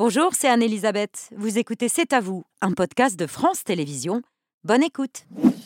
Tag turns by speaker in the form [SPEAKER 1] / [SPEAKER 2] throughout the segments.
[SPEAKER 1] Bonjour, c'est Anne-Elisabeth. Vous écoutez C'est à vous, un podcast de France Télévisions. Bonne écoute.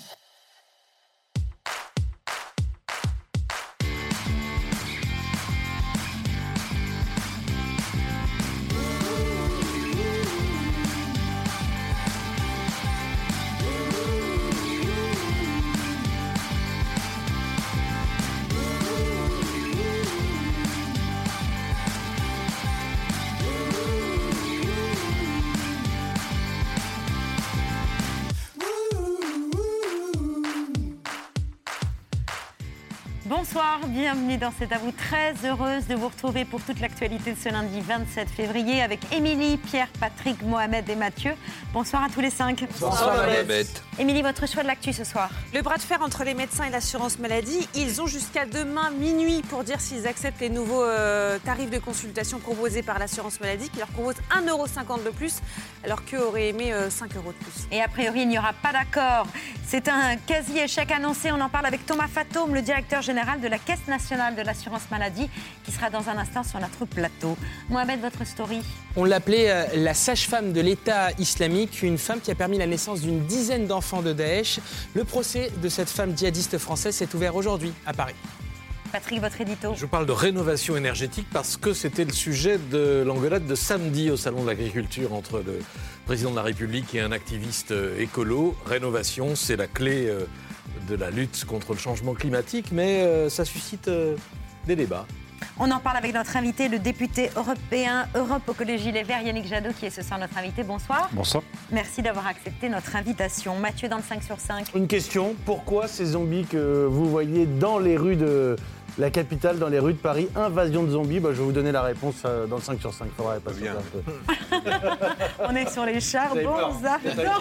[SPEAKER 1] Bonsoir, bienvenue dans C'est à vous. Très heureuse de vous retrouver pour toute l'actualité de ce lundi 27 février avec Émilie, Pierre, Patrick, Mohamed et Mathieu. Bonsoir à tous les 5.
[SPEAKER 2] Bonsoir Babette.
[SPEAKER 1] Émilie, votre choix de l'actu ce soir?
[SPEAKER 3] Le bras de fer entre les médecins et l'assurance maladie. Ils ont jusqu'à demain minuit pour dire s'ils acceptent les nouveaux tarifs de consultation proposés par l'assurance maladie qui leur propose 1,50 € de plus alors qu'eux auraient aimé 5 € de plus.
[SPEAKER 1] Et a priori, il n'y aura pas d'accord. C'est un quasi-échec annoncé. On en parle avec Thomas Fatome, le directeur général de la Caisse nationale de l'assurance maladie, qui sera dans un instant sur notre plateau. Mohamed, votre story?
[SPEAKER 2] On l'appelait la sage-femme de l'État islamique, une femme qui a permis la naissance d'une dizaine d'enfants de Daesh. Le procès de cette femme djihadiste française s'est ouvert aujourd'hui à Paris.
[SPEAKER 1] Patrick, votre édito?
[SPEAKER 4] Je parle de rénovation énergétique parce que c'était le sujet de l'engueulade de samedi au Salon de l'Agriculture entre le président de la République et un activiste écolo. Rénovation, c'est la clé de la lutte contre le changement climatique, mais ça suscite des débats.
[SPEAKER 1] On en parle avec notre invité, le député européen Europe au Collège Les Verts, Yannick Jadot, qui est ce soir notre invité. Bonsoir.
[SPEAKER 5] Bonsoir.
[SPEAKER 1] Merci d'avoir accepté notre invitation. Mathieu, dans le 5 sur 5.
[SPEAKER 5] Une question, pourquoi ces zombies que vous voyez dans les rues de la capitale, dans les rues de Paris, invasion de zombies, je vais vous donner la réponse dans le 5 sur 5. Faudrait pas
[SPEAKER 4] bien.
[SPEAKER 5] Un peu.
[SPEAKER 1] On est sur les charbons ardents.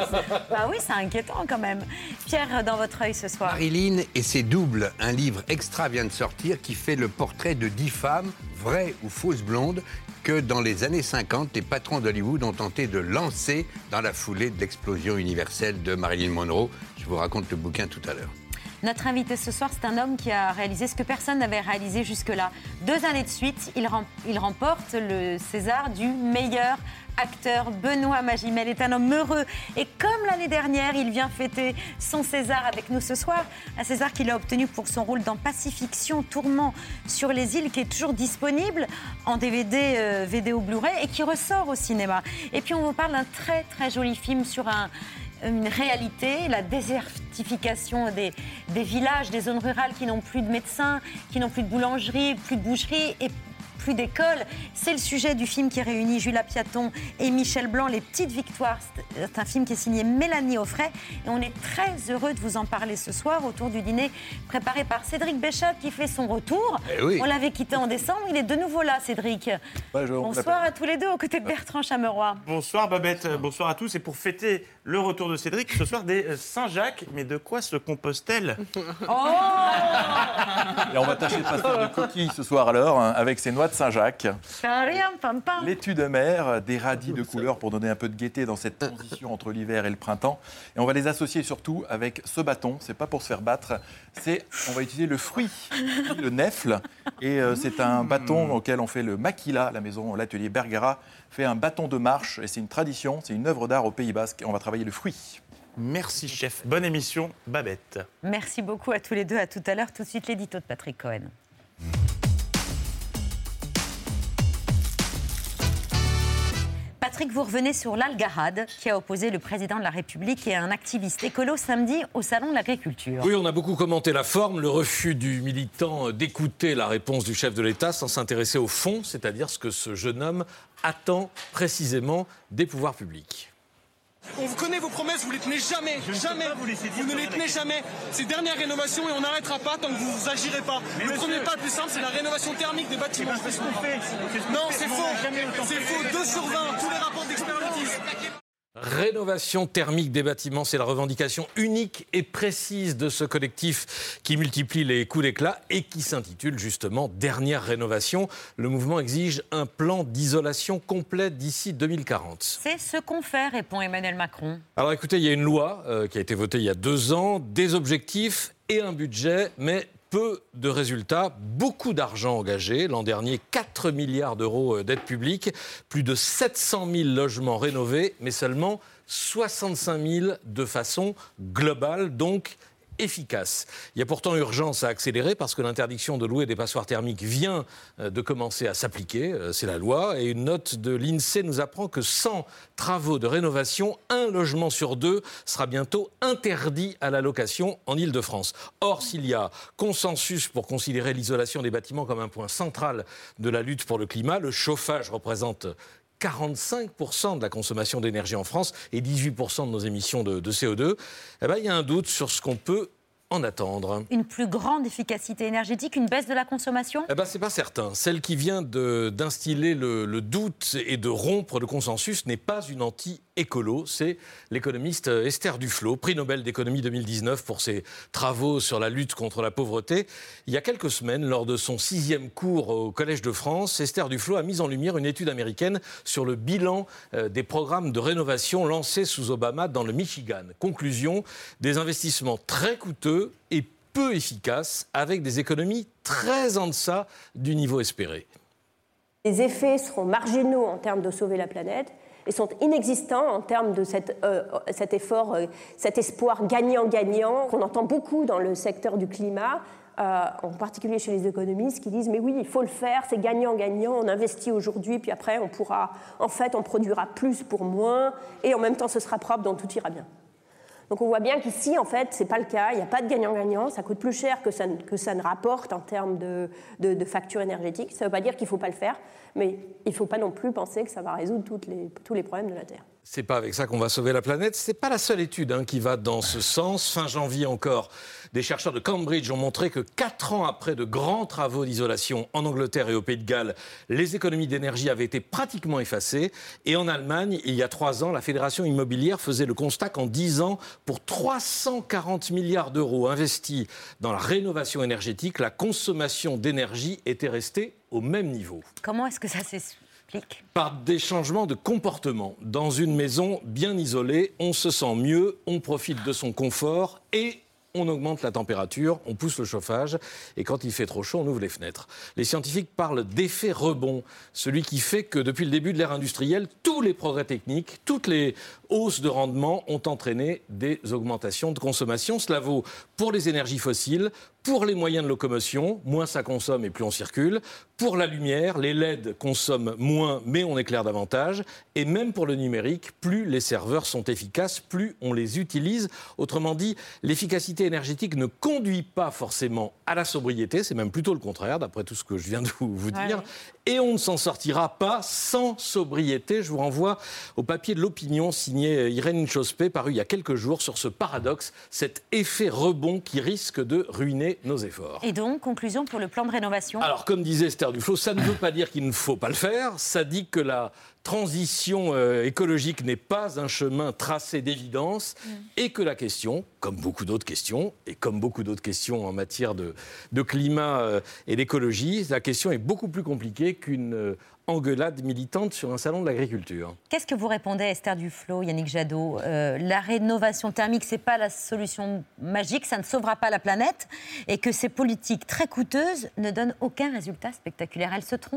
[SPEAKER 1] Bah oui, c'est inquiétant quand même. Pierre, dans votre œil ce soir.
[SPEAKER 6] Marilyn et ses doubles, un livre extra vient de sortir qui fait le portrait de 10 femmes, vraies ou fausses blondes, que dans les années 50, les patrons d'Hollywood ont tenté de lancer dans la foulée de l'explosion universelle de Marilyn Monroe. Je vous raconte le bouquin tout à l'heure.
[SPEAKER 1] Notre invité ce soir, c'est un homme qui a réalisé ce que personne n'avait réalisé jusque-là. 2 années de suite, il remporte le César du meilleur acteur. Benoît Magimel est un homme heureux. Et comme l'année dernière, il vient fêter son César avec nous ce soir. Un César qu'il a obtenu pour son rôle dans Pacifiction, Tourment sur les îles, qui est toujours disponible en DVD, vidéo Blu-ray et qui ressort au cinéma. Et puis on vous parle d'un très très joli film sur une réalité, la désertification des villages, des zones rurales qui n'ont plus de médecins, qui n'ont plus de boulangerie, plus de boucherie et plus d'école. C'est le sujet du film qui réunit Julia Piaton et Michel Blanc, Les Petites Victoires. C'est un film qui est signé Mélanie Offray et on est très heureux de vous en parler ce soir autour du dîner préparé par Cédric Béchat qui fait son retour.
[SPEAKER 6] Oui.
[SPEAKER 1] On l'avait quitté en décembre, il est de nouveau là, Cédric. Bonsoir à tous les deux, aux côtés de Bertrand Chameroy.
[SPEAKER 7] Bonsoir Babette, bonsoir à tous. Et pour fêter le retour de Cédric, ce soir des Saint-Jacques, mais de quoi se compose-t-elle?
[SPEAKER 1] Oh
[SPEAKER 8] Et on va tâcher de pas se faire de coquilles ce soir alors, avec ces noix de Saint-Jacques. Laitue de mer, des radis de couleur pour donner un peu de gaieté dans cette transition entre l'hiver et le printemps. Et on va les associer surtout avec ce bâton. C'est pas pour se faire battre, on va utiliser le fruit, le nèfle. Et c'est un bâton auquel on fait le maquila. La maison, l'atelier Bergara fait un bâton de marche. Et c'est une tradition, c'est une œuvre d'art au Pays Basque. Et on va travailler le fruit.
[SPEAKER 7] Merci chef, bonne émission Babette.
[SPEAKER 1] Merci beaucoup à tous les deux, à tout à l'heure. Tout de suite l'édito de Patrick Cohen. Patrick, vous revenez sur l'algarade qui a opposé le président de la République et un activiste écolo samedi au Salon de l'Agriculture.
[SPEAKER 4] Oui, on a beaucoup commenté la forme, le refus du militant d'écouter la réponse du chef de l'État sans s'intéresser au fond, c'est-à-dire ce que ce jeune homme attend précisément des pouvoirs publics.
[SPEAKER 9] On vous connaît vos promesses, vous les tenez jamais, jamais. Vous ne les tenez jamais. Ces dernières rénovations et on n'arrêtera pas tant que vous agirez pas. Le premier pas le plus simple, c'est la rénovation thermique des bâtiments. Non, c'est faux. C'est faux. 2 sur 20. Tous les rapports d'experts le disent.
[SPEAKER 4] Rénovation thermique des bâtiments, c'est la revendication unique et précise de ce collectif qui multiplie les coups d'éclat et qui s'intitule justement « Dernière rénovation ». Le mouvement exige un plan d'isolation complet d'ici 2040.
[SPEAKER 1] C'est ce qu'on fait, répond Emmanuel Macron.
[SPEAKER 4] Alors écoutez, il y a une loi qui a été votée il y a 2 ans, des objectifs et un budget, mais peu de résultats, beaucoup d'argent engagé. L'an dernier, 4 milliards d'euros d'aide publique, plus de 700 000 logements rénovés, mais seulement 65 000 de façon globale, donc efficace. Il y a pourtant urgence à accélérer parce que l'interdiction de louer des passoires thermiques vient de commencer à s'appliquer, c'est la loi, et une note de l'INSEE nous apprend que sans travaux de rénovation, un logement sur 2 sera bientôt interdit à la location en Île-de-France. Or, s'il y a consensus pour considérer l'isolation des bâtiments comme un point central de la lutte pour le climat, le chauffage représente 45% de la consommation d'énergie en France et 18% de nos émissions de CO2, il y a un doute sur ce qu'on peut en attendre.
[SPEAKER 1] Une plus grande efficacité énergétique, une baisse de la consommation ?
[SPEAKER 4] C'est pas certain. Celle qui vient d'instiller le doute et de rompre le consensus n'est pas une anti-écolo, c'est l'économiste Esther Duflo, prix Nobel d'économie 2019 pour ses travaux sur la lutte contre la pauvreté. Il y a quelques semaines, lors de son 6e cours au Collège de France, Esther Duflo a mis en lumière une étude américaine sur le bilan des programmes de rénovation lancés sous Obama dans le Michigan. Conclusion, des investissements très coûteux et peu efficaces, avec des économies très en deçà du niveau espéré.
[SPEAKER 10] Les effets seront marginaux en termes de sauver la planète et sont inexistants en termes de cet effort, cet espoir gagnant-gagnant qu'on entend beaucoup dans le secteur du climat, en particulier chez les économistes qui disent « mais oui, il faut le faire, c'est gagnant-gagnant, on investit aujourd'hui, puis après on produira plus pour moins, et en même temps ce sera propre, donc tout ira bien ». Donc on voit bien qu'ici, en fait, ce n'est pas le cas. Il n'y a pas de gagnant-gagnant. Ça coûte plus cher que ça ne rapporte en termes de facture énergétique. Ça ne veut pas dire qu'il ne faut pas le faire, mais il ne faut pas non plus penser que ça va résoudre tous les problèmes de la Terre.
[SPEAKER 4] C'est pas avec ça qu'on va sauver la planète. C'est pas la seule étude qui va dans ce sens. Fin janvier encore, des chercheurs de Cambridge ont montré que 4 ans après de grands travaux d'isolation en Angleterre et au Pays de Galles, les économies d'énergie avaient été pratiquement effacées. Et en Allemagne, il y a 3 ans, la Fédération immobilière faisait le constat qu'en 10 ans, pour 340 milliards d'euros investis dans la rénovation énergétique, la consommation d'énergie était restée au même niveau.
[SPEAKER 1] Comment est-ce que ça s'explique ?
[SPEAKER 4] Par des changements de comportement. Dans une maison bien isolée, on se sent mieux, on profite de son confort et on augmente la température, on pousse le chauffage et quand il fait trop chaud, on ouvre les fenêtres. Les scientifiques parlent d'effet rebond, celui qui fait que depuis le début de l'ère industrielle, tous les progrès techniques, toutes les hausses de rendement ont entraîné des augmentations de consommation. Cela vaut pour les énergies fossiles, pour les moyens de locomotion, moins ça consomme et plus on circule. Pour la lumière, les LED consomment moins mais on éclaire davantage. Et même pour le numérique, plus les serveurs sont efficaces, plus on les utilise. Autrement dit, l'efficacité énergétique ne conduit pas forcément à la sobriété, c'est même plutôt le contraire, d'après tout ce que je viens de vous dire. Et on ne s'en sortira pas sans sobriété. Je vous renvoie au papier de l'opinion signé Irène Chospé, paru il y a quelques jours, sur ce paradoxe, cet effet rebond qui risque de ruiner nos efforts.
[SPEAKER 1] Et donc, conclusion pour le plan de rénovation ?
[SPEAKER 4] Alors, comme disait Esther Duflo, ça ne veut pas dire qu'il ne faut pas le faire. Ça dit que la transition écologique n'est pas un chemin tracé d'évidence et que la question, comme beaucoup d'autres questions, et comme beaucoup d'autres questions en matière de climat et d'écologie, la question est beaucoup plus compliquée qu'une engueulade militante sur un salon de l'agriculture.
[SPEAKER 1] Qu'est-ce que vous répondez à Esther Duflo, Yannick Jadot ? La rénovation thermique, ce n'est pas la solution magique, ça ne sauvera pas la planète, et que ces politiques très coûteuses ne donnent aucun résultat spectaculaire. Elle se trompe ?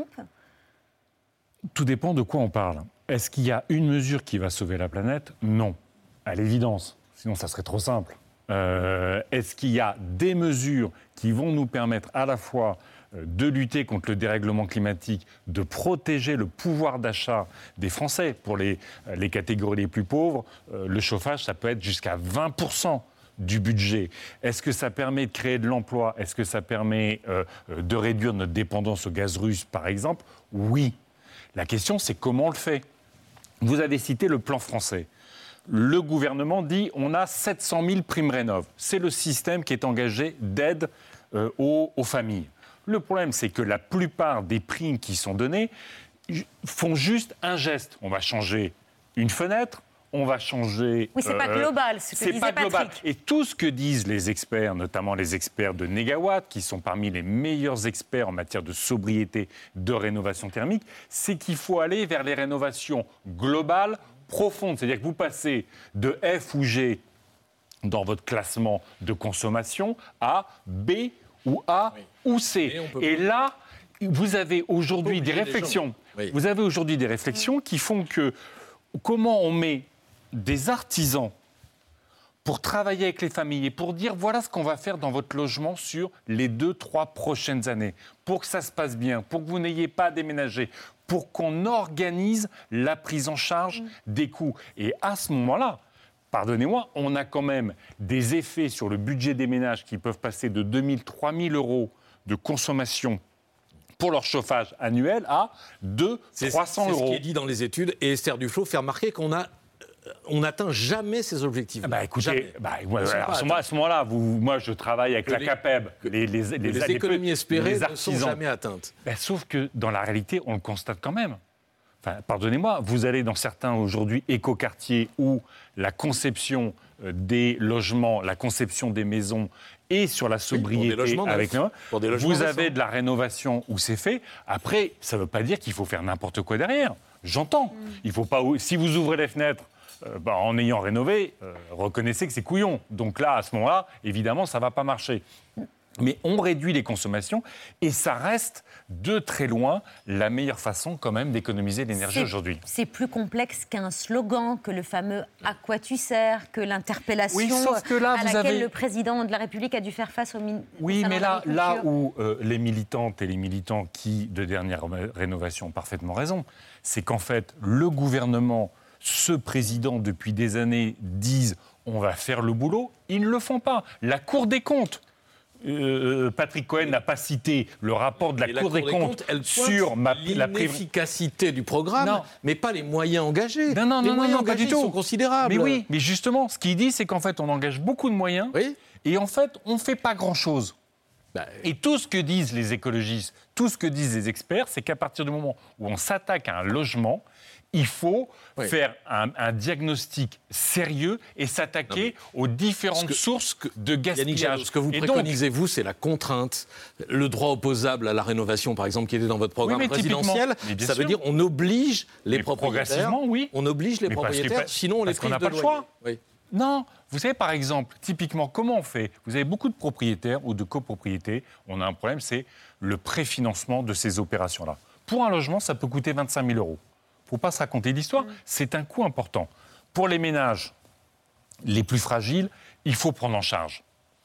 [SPEAKER 11] Tout dépend de quoi on parle. Est-ce qu'il y a une mesure qui va sauver la planète ? Non, à l'évidence. Sinon, ça serait trop simple. Est-ce qu'il y a des mesures qui vont nous permettre à la fois de lutter contre le dérèglement climatique, de protéger le pouvoir d'achat des Français pour les catégories les plus pauvres ? Le chauffage, ça peut être jusqu'à 20% du budget. Est-ce que ça permet de créer de l'emploi ? Est-ce que ça permet de réduire notre dépendance au gaz russe, par exemple ? Oui. La question, c'est comment on le fait. Vous avez cité le plan français. Le gouvernement dit on a 700 000 primes rénov'. C'est le système qui est engagé d'aide aux familles. Le problème, c'est que la plupart des primes qui sont données font juste un geste. On va changer une fenêtre, on va changer...
[SPEAKER 1] Oui, c'est pas global, ce que disait Patrick.
[SPEAKER 11] Et tout ce que disent les experts, notamment les experts de Négawatt, qui sont parmi les meilleurs experts en matière de sobriété, de rénovation thermique, c'est qu'il faut aller vers les rénovations globales, profondes. C'est-à-dire que vous passez de F ou G dans votre classement de consommation à B ou A ou C. Et là, vous avez aujourd'hui des réflexions. Vous avez aujourd'hui des réflexions qui font que comment on met des artisans pour travailler avec les familles et pour dire voilà ce qu'on va faire dans votre logement sur les 2-3 prochaines années, pour que ça se passe bien, pour que vous n'ayez pas à déménager, pour qu'on organise la prise en charge des coûts. Et à ce moment-là, pardonnez-moi, on a quand même des effets sur le budget des ménages qui peuvent passer de 2 000, 3 000 euros de consommation pour leur chauffage annuel à 300 euros.
[SPEAKER 4] C'est ce qui est dit dans les études. Et Esther Duflo fait remarquer qu'on n'atteint jamais ces objectifs.
[SPEAKER 11] Écoutez, à ce moment-là, moi je travaille avec la CAPEB.
[SPEAKER 4] Les économies espérées ne sont jamais atteintes.
[SPEAKER 11] Sauf que dans la réalité, on le constate quand même. Pardonnez-moi, vous allez dans certains aujourd'hui écoquartiers où la conception des logements, la conception des maisons et sur la sobriété avec nous, vous avez de la rénovation où c'est fait. Après, ça ne veut pas dire qu'il faut faire n'importe quoi derrière. J'entends. Il faut pas. Si vous ouvrez les fenêtres en ayant rénové, reconnaissez que c'est couillon. Donc là, à ce moment-là, évidemment, ça ne va pas marcher. Mais on réduit les consommations et ça reste de très loin la meilleure façon quand même d'économiser l'énergie aujourd'hui.
[SPEAKER 1] C'est plus complexe qu'un slogan, que le fameux « à quoi tu sers », que l'interpellation à laquelle le président de la République a dû faire face au ministre.
[SPEAKER 11] Oui, mais là où les militantes et les militants qui, de dernière rénovation, ont parfaitement raison, c'est qu'en fait, le gouvernement, ce président depuis des années disent « on va faire le boulot », ils ne le font pas. La Cour des comptes, Patrick Cohen n'a pas cité le rapport de la Cour des comptes sur
[SPEAKER 4] l'inefficacité du programme, mais pas les moyens engagés.
[SPEAKER 11] Les moyens engagés
[SPEAKER 4] sont considérables.
[SPEAKER 11] Mais oui, mais justement, ce qu'il dit, c'est qu'en fait, on engage beaucoup de moyens et en fait, on ne fait pas grand-chose. Et tout ce que disent les écologistes, tout ce que disent les experts, c'est qu'à partir du moment où on s'attaque à un logement, il faut faire un diagnostic sérieux et s'attaquer aux différentes sources de gaspillage.
[SPEAKER 4] Ce que vous préconisez, vous, c'est la contrainte. Le droit opposable à la rénovation, par exemple, qui était dans votre programme présidentiel, ça veut dire on oblige les propriétaires.
[SPEAKER 11] Progressivement, oui.
[SPEAKER 4] On oblige les propriétaires, sinon on les prive de
[SPEAKER 11] pas le choix. Non, vous savez, par exemple, typiquement, comment on fait ? Vous avez beaucoup de propriétaires ou de copropriétés. On a un problème, c'est le préfinancement de ces opérations-là. Pour un logement, ça peut coûter 25 000 euros. Il ne faut pas se raconter d'histoire, c'est un coût important. Pour les ménages les plus fragiles, il faut prendre en charge.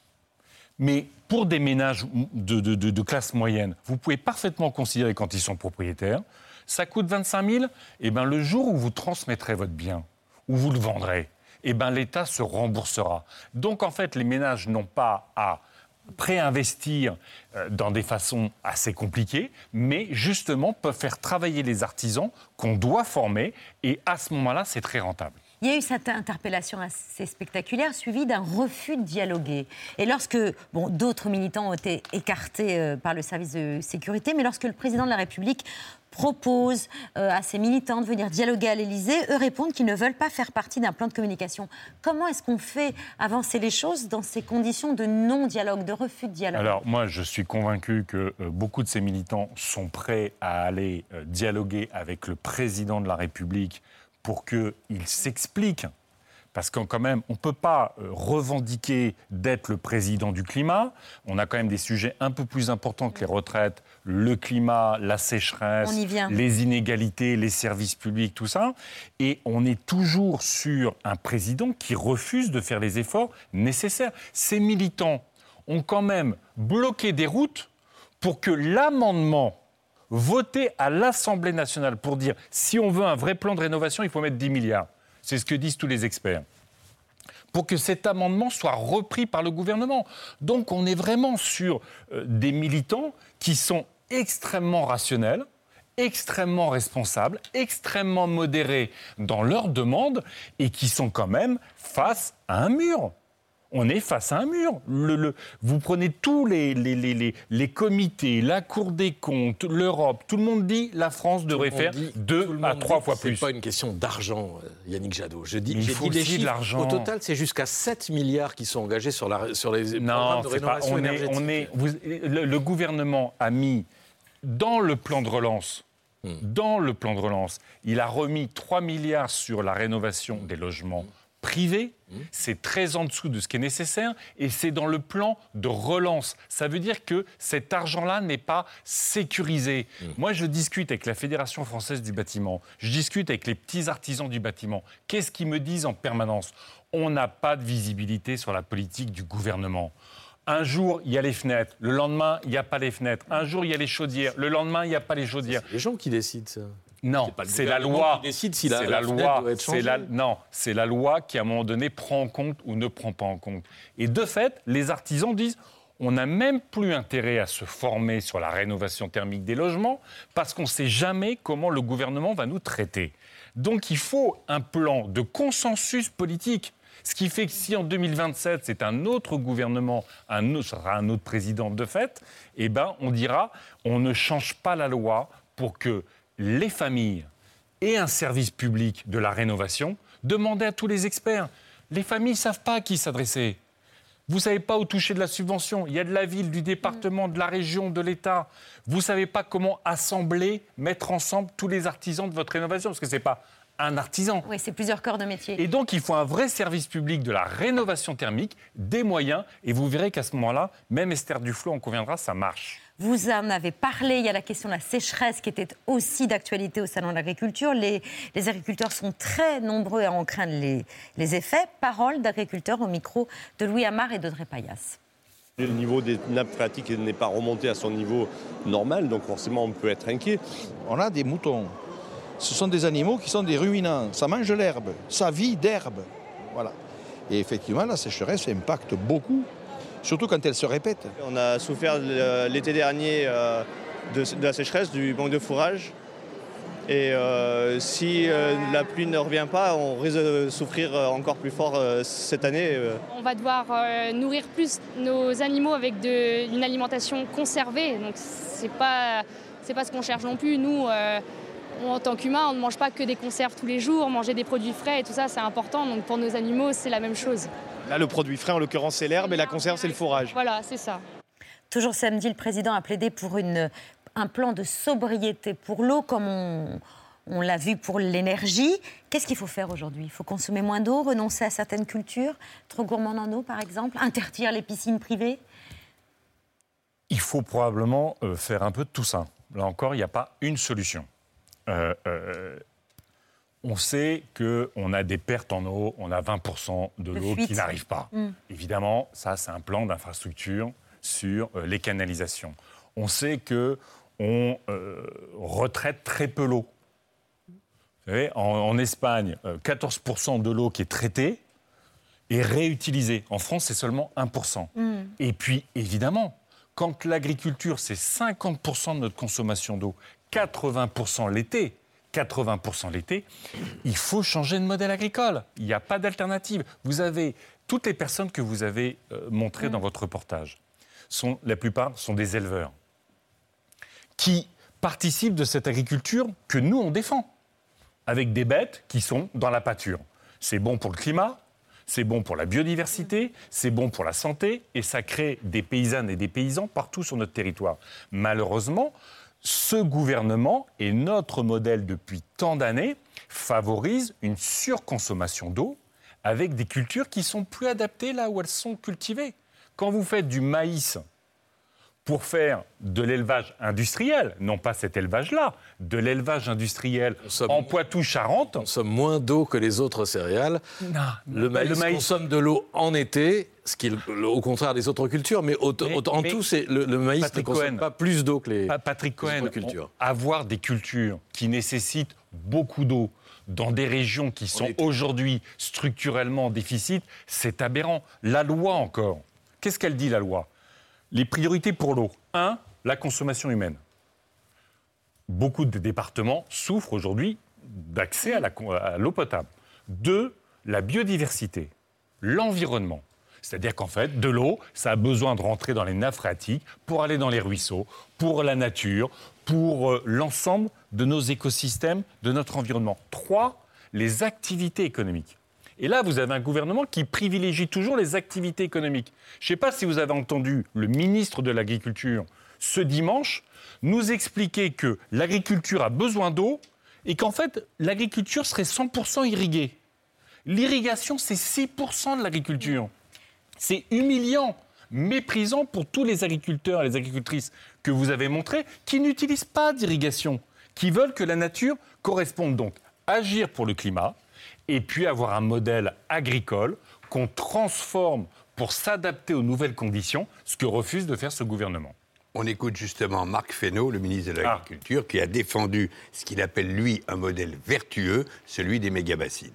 [SPEAKER 11] Mais pour des ménages de classe moyenne, vous pouvez parfaitement considérer quand ils sont propriétaires, ça coûte 25 000, et bien le jour où vous transmettrez votre bien, où vous le vendrez, et bien l'État se remboursera. Donc en fait, les ménages n'ont pas à préinvestir dans des façons assez compliquées, mais justement peuvent faire travailler les artisans qu'on doit former, et à ce moment-là, c'est très rentable.
[SPEAKER 1] Il y a eu cette interpellation assez spectaculaire suivie d'un refus de dialoguer. Et lorsque d'autres militants ont été écartés par le service de sécurité, mais lorsque le président de la République propose à ses militants de venir dialoguer à l'Élysée, eux répondent qu'ils ne veulent pas faire partie d'un plan de communication. Comment est-ce qu'on fait avancer les choses dans ces conditions de non-dialogue, de refus de dialogue ?
[SPEAKER 11] Alors moi, je suis convaincu que beaucoup de ces militants sont prêts à aller dialoguer avec le président de la République pour qu'il s'explique. Parce que quand même, on ne peut pas revendiquer d'être le président du climat. On a quand même des sujets un peu plus importants que les retraites, le climat, la sécheresse, les inégalités, les services publics, tout ça. Et on est toujours sur un président qui refuse de faire les efforts nécessaires. Ces militants ont quand même bloqué des routes pour que l'amendement voté à l'Assemblée nationale pour dire si on veut un vrai plan de rénovation, il faut mettre 10 milliards. C'est ce que disent tous les experts. Pour que cet amendement soit repris par le gouvernement. Donc on est vraiment sur des militants qui sont extrêmement rationnels, extrêmement responsables, extrêmement modérés dans leurs demandes et qui sont quand même face à un mur. On est face à un mur. Vous prenez tous les comités, la Cour des comptes, l'Europe, tout le monde dit la France devrait faire 2 à 3 fois plus.
[SPEAKER 4] Ce n'est pas une question d'argent, Yannick Jadot. J'ai dit les
[SPEAKER 11] chiffres. De l'argent.
[SPEAKER 4] Au total, c'est jusqu'à 7 milliards qui sont engagés sur les programmes de rénovation énergétique.
[SPEAKER 11] Le gouvernement a mis dans le plan de relance, il a remis 3 milliards sur la rénovation des logements privé, c'est très en dessous de ce qui est nécessaire et c'est dans le plan de relance. Ça veut dire que cet argent-là n'est pas sécurisé. Moi, je discute avec la Fédération française du bâtiment, je discute avec les petits artisans du bâtiment. Qu'est-ce qu'ils me disent en permanence ? On n'a pas de visibilité sur la politique du gouvernement. Un jour, il y a les fenêtres. Le lendemain, il n'y a pas les fenêtres. Un jour, il y a les chaudières. Le lendemain, il n'y a pas les chaudières.
[SPEAKER 4] C'est les gens qui décident ça.
[SPEAKER 11] Non, c'est la loi.
[SPEAKER 4] Qui décide si la
[SPEAKER 11] loi
[SPEAKER 4] doit être changée.
[SPEAKER 11] Non, c'est la loi qui, à un moment donné, prend en compte ou ne prend pas en compte. Et de fait, les artisans disent on n'a même plus intérêt à se former sur la rénovation thermique des logements parce qu'on ne sait jamais comment le gouvernement va nous traiter. Donc, il faut un plan de consensus politique. Ce qui fait que si en 2027, c'est un autre gouvernement, ce sera un autre président de fait, eh ben, on dira on ne change pas la loi pour que les familles et un service public de la rénovation demandent à tous les experts. Les familles ne savent pas à qui s'adresser. Vous ne savez pas où toucher de la subvention. Il y a de la ville, du département, de la région, de l'État. Vous ne savez pas comment assembler, mettre ensemble tous les artisans de votre rénovation, parce que ce n'est pas un artisan.
[SPEAKER 1] Oui, c'est plusieurs corps de métier.
[SPEAKER 11] Et donc, il faut un vrai service public de la rénovation thermique, des moyens, et vous verrez qu'à ce moment-là, même Esther Duflo en conviendra, ça marche.
[SPEAKER 1] Vous en avez parlé, il y a la question de la sécheresse qui était aussi d'actualité au Salon de l'Agriculture. Les agriculteurs sont très nombreux à en craindre les effets. Parole d'agriculteurs au micro de Louis Amar et d'Audrey Payas.
[SPEAKER 12] Le niveau des nappes phréatiques n'est pas remonté à son niveau normal, donc forcément on peut être inquiet.
[SPEAKER 13] On a des moutons. Ce sont des animaux qui sont des ruminants. Ça mange l'herbe, ça vit d'herbe. Voilà. Et effectivement, la sécheresse impacte beaucoup, surtout quand elle se répète.
[SPEAKER 12] On a souffert l'été dernier de la sécheresse, du manque de fourrage. Et si la pluie ne revient pas, on risque de souffrir encore plus fort cette année.
[SPEAKER 14] On va devoir nourrir plus nos animaux avec une alimentation conservée. Donc c'est pas ce qu'on cherche non plus. Nous, en tant qu'humains, on ne mange pas que des conserves tous les jours. Manger des produits frais et tout ça, c'est important. Donc pour nos animaux, c'est la même chose.
[SPEAKER 9] Là, le produit frais, en l'occurrence, c'est l'herbe et la conserve, c'est le fourrage.
[SPEAKER 14] Voilà, c'est ça.
[SPEAKER 1] Toujours samedi, le président a plaidé pour un plan de sobriété pour l'eau, comme on l'a vu pour l'énergie. Qu'est-ce qu'il faut faire aujourd'hui ? Il faut consommer moins d'eau, renoncer à certaines cultures, trop gourmand en eau, par exemple, interdire les piscines privées ?
[SPEAKER 11] Il faut probablement faire un peu de tout ça. Là encore, il n'y a pas une solution. On sait qu'on a des pertes en eau, on a 20% de l'eau qui n'arrive pas. Évidemment, ça, c'est un plan d'infrastructure sur les canalisations. On sait qu'on retraite très peu l'eau. Vous savez, en Espagne, 14% de l'eau qui est traitée est réutilisée. En France, c'est seulement 1%. Et puis, évidemment, quand l'agriculture, c'est 50% de notre consommation d'eau, 80% l'été, il faut changer de modèle agricole. Il n'y a pas d'alternative. Vous avez toutes les personnes que vous avez montrées dans votre reportage. La plupart sont des éleveurs qui participent de cette agriculture que nous, on défend, avec des bêtes qui sont dans la pâture. C'est bon pour le climat, c'est bon pour la biodiversité, c'est bon pour la santé, et ça crée des paysannes et des paysans partout sur notre territoire. Malheureusement, ce gouvernement, et notre modèle depuis tant d'années, favorise une surconsommation d'eau avec des cultures qui sont plus adaptées là où elles sont cultivées. Quand vous faites du maïs pour faire de l'élevage industriel, non pas cet élevage-là, de l'élevage industriel en Poitou-Charentes...
[SPEAKER 4] On consomme moins d'eau que les autres céréales. Le maïs consomme de l'eau en été, ce qui est au contraire des autres cultures, mais en tout, le maïs
[SPEAKER 11] Patrick
[SPEAKER 4] ne consomme
[SPEAKER 11] Cohen,
[SPEAKER 4] pas plus d'eau que les
[SPEAKER 11] autres
[SPEAKER 4] cultures.
[SPEAKER 11] Avoir des cultures qui nécessitent beaucoup d'eau dans des régions qui sont aujourd'hui structurellement en déficit, c'est aberrant. La loi encore, qu'est-ce qu'elle dit la loi ? Les priorités pour l'eau. 1, la consommation humaine. Beaucoup de départements souffrent aujourd'hui d'accès à l'eau potable. 2, la biodiversité, l'environnement. C'est-à-dire qu'en fait, de l'eau, ça a besoin de rentrer dans les nappes phréatiques pour aller dans les ruisseaux, pour la nature, pour l'ensemble de nos écosystèmes, de notre environnement. 3, les activités économiques. Et là, vous avez un gouvernement qui privilégie toujours les activités économiques. Je ne sais pas si vous avez entendu le ministre de l'Agriculture ce dimanche nous expliquer que l'agriculture a besoin d'eau et qu'en fait, l'agriculture serait 100% irriguée. L'irrigation, c'est 6% de l'agriculture. C'est humiliant, méprisant pour tous les agriculteurs et les agricultrices que vous avez montrés qui n'utilisent pas d'irrigation, qui veulent que la nature corresponde. Donc agir pour le climat et puis avoir un modèle agricole qu'on transforme pour s'adapter aux nouvelles conditions, ce que refuse de faire ce gouvernement.
[SPEAKER 6] On écoute justement Marc Fesneau, le ministre de l'Agriculture, qui a défendu ce qu'il appelle, lui, un modèle vertueux, celui des méga-bassines.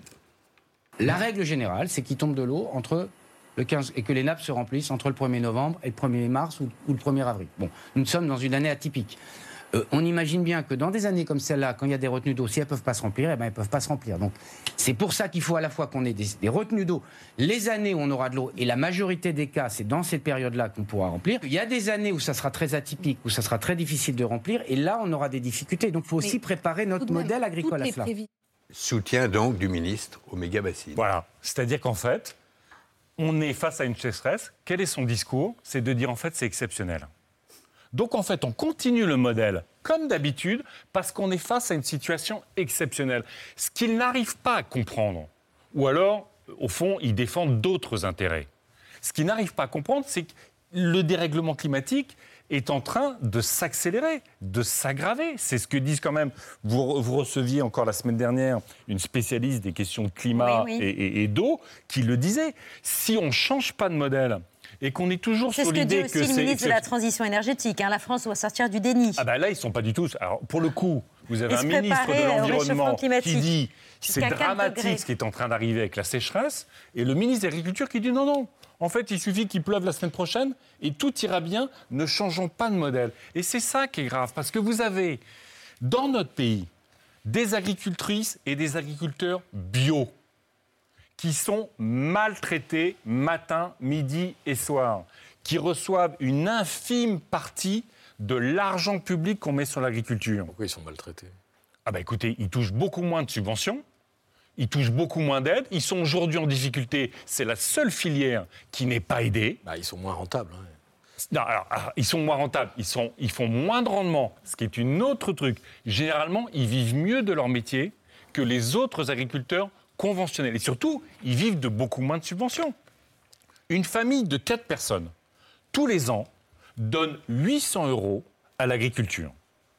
[SPEAKER 15] La règle générale, c'est qu'il tombe de l'eau entre le 15 et que les nappes se remplissent entre le 1er novembre et le 1er mars ou le 1er avril. Bon, nous sommes dans une année atypique. On imagine bien que dans des années comme celle-là, quand il y a des retenues d'eau, si elles ne peuvent pas se remplir, eh ben, elles ne peuvent pas se remplir. Donc, c'est pour ça qu'il faut à la fois qu'on ait des retenues d'eau. Les années où on aura de l'eau, et la majorité des cas, c'est dans cette période-là qu'on pourra remplir. Il y a des années où ça sera très atypique, où ça sera très difficile de remplir, et là, on aura des difficultés. Donc, il faut aussi préparer notre modèle agricole à cela.
[SPEAKER 6] Soutien donc du ministre aux méga-bassines.
[SPEAKER 11] Voilà, c'est-à-dire qu'en fait, on est face à une sécheresse. Quel est son discours? C'est de dire en fait c'est exceptionnel. Donc en fait, on continue le modèle comme d'habitude parce qu'on est face à une situation exceptionnelle. Ce qu'ils n'arrivent pas à comprendre, ou alors, au fond, ils défendent d'autres intérêts. Ce qu'ils n'arrivent pas à comprendre, c'est que le dérèglement climatique est en train de s'accélérer, de s'aggraver. C'est ce que disent quand même... Vous receviez encore la semaine dernière une spécialiste des questions de climat et d'eau qui le disait. Si on ne change pas de modèle et qu'on est toujours sur l'idée que c'est...
[SPEAKER 1] C'est ce que dit aussi le ministre de la Transition énergétique. La France doit sortir du déni.
[SPEAKER 11] Ah ben là, ils ne sont pas du tout... Alors, pour le coup, vous avez un ministre de l'Environnement qui dit c'est dramatique ce qui est en train d'arriver avec la sécheresse, et le ministre de l'Agriculture qui dit non. En fait, il suffit qu'il pleuve la semaine prochaine et tout ira bien, ne changeons pas de modèle. Et c'est ça qui est grave, parce que vous avez, dans notre pays, des agricultrices et des agriculteurs bio qui sont maltraités matin, midi et soir, qui reçoivent une infime partie de l'argent public qu'on met sur l'agriculture.
[SPEAKER 4] Pourquoi ils sont maltraités?
[SPEAKER 11] Ah ben écoutez, ils touchent beaucoup moins de subventions. Ils touchent beaucoup moins d'aide. Ils sont aujourd'hui en difficulté. C'est la seule filière qui n'est pas aidée.
[SPEAKER 4] Ils sont moins rentables. Hein.
[SPEAKER 11] Non, alors, ils sont moins rentables. Ils font moins de rendement, ce qui est une autre truc. Généralement, ils vivent mieux de leur métier que les autres agriculteurs conventionnels. Et surtout, ils vivent de beaucoup moins de subventions. Une famille de 4 personnes, tous les ans, donne 800 € à l'agriculture.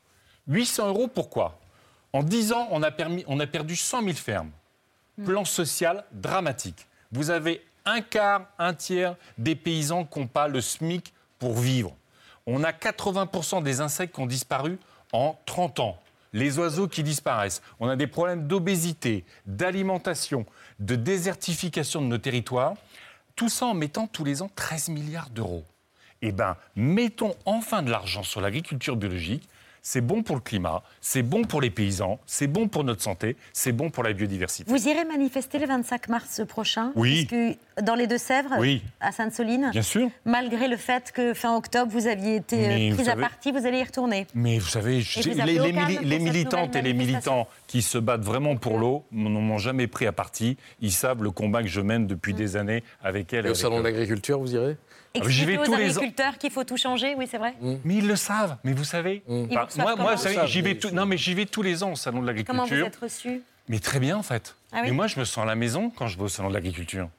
[SPEAKER 11] 800 € pourquoi? En 10 ans, on a perdu 100 000 fermes. Plan social dramatique. Vous avez un quart, un tiers des paysans qui n'ont pas le SMIC pour vivre. On a 80% des insectes qui ont disparu en 30 ans. Les oiseaux qui disparaissent. On a des problèmes d'obésité, d'alimentation, de désertification de nos territoires. Tout ça en mettant tous les ans 13 milliards d'euros. Eh bien, mettons enfin de l'argent sur l'agriculture biologique. C'est bon pour le climat, c'est bon pour les paysans, c'est bon pour notre santé, c'est bon pour la biodiversité.
[SPEAKER 1] Vous irez manifester le 25 mars prochain?
[SPEAKER 11] Oui.
[SPEAKER 1] Dans les Deux-Sèvres,
[SPEAKER 11] oui.
[SPEAKER 1] À Sainte-Soline?
[SPEAKER 11] Bien sûr.
[SPEAKER 1] Malgré le fait que fin octobre, vous aviez été prise à partie, vous allez y retourner?
[SPEAKER 11] Mais vous savez, les militantes et les militants qui se battent vraiment pour l'eau ne m'ont jamais pris à partie. Ils savent le combat que je mène depuis des années avec elles.
[SPEAKER 4] Et au Salon de l'Agriculture, vous irez?
[SPEAKER 1] Expliquez aux agriculteurs qu'il faut tout changer, oui, c'est vrai.
[SPEAKER 11] Mais ils le savent, mais vous savez. Moi, j'y vais tous les ans au Salon de l'Agriculture.
[SPEAKER 1] Comment vous êtes reçu?
[SPEAKER 11] Mais très bien, en fait.
[SPEAKER 1] Ah oui?
[SPEAKER 11] Mais moi, je me sens à la maison quand je vais au Salon de l'Agriculture.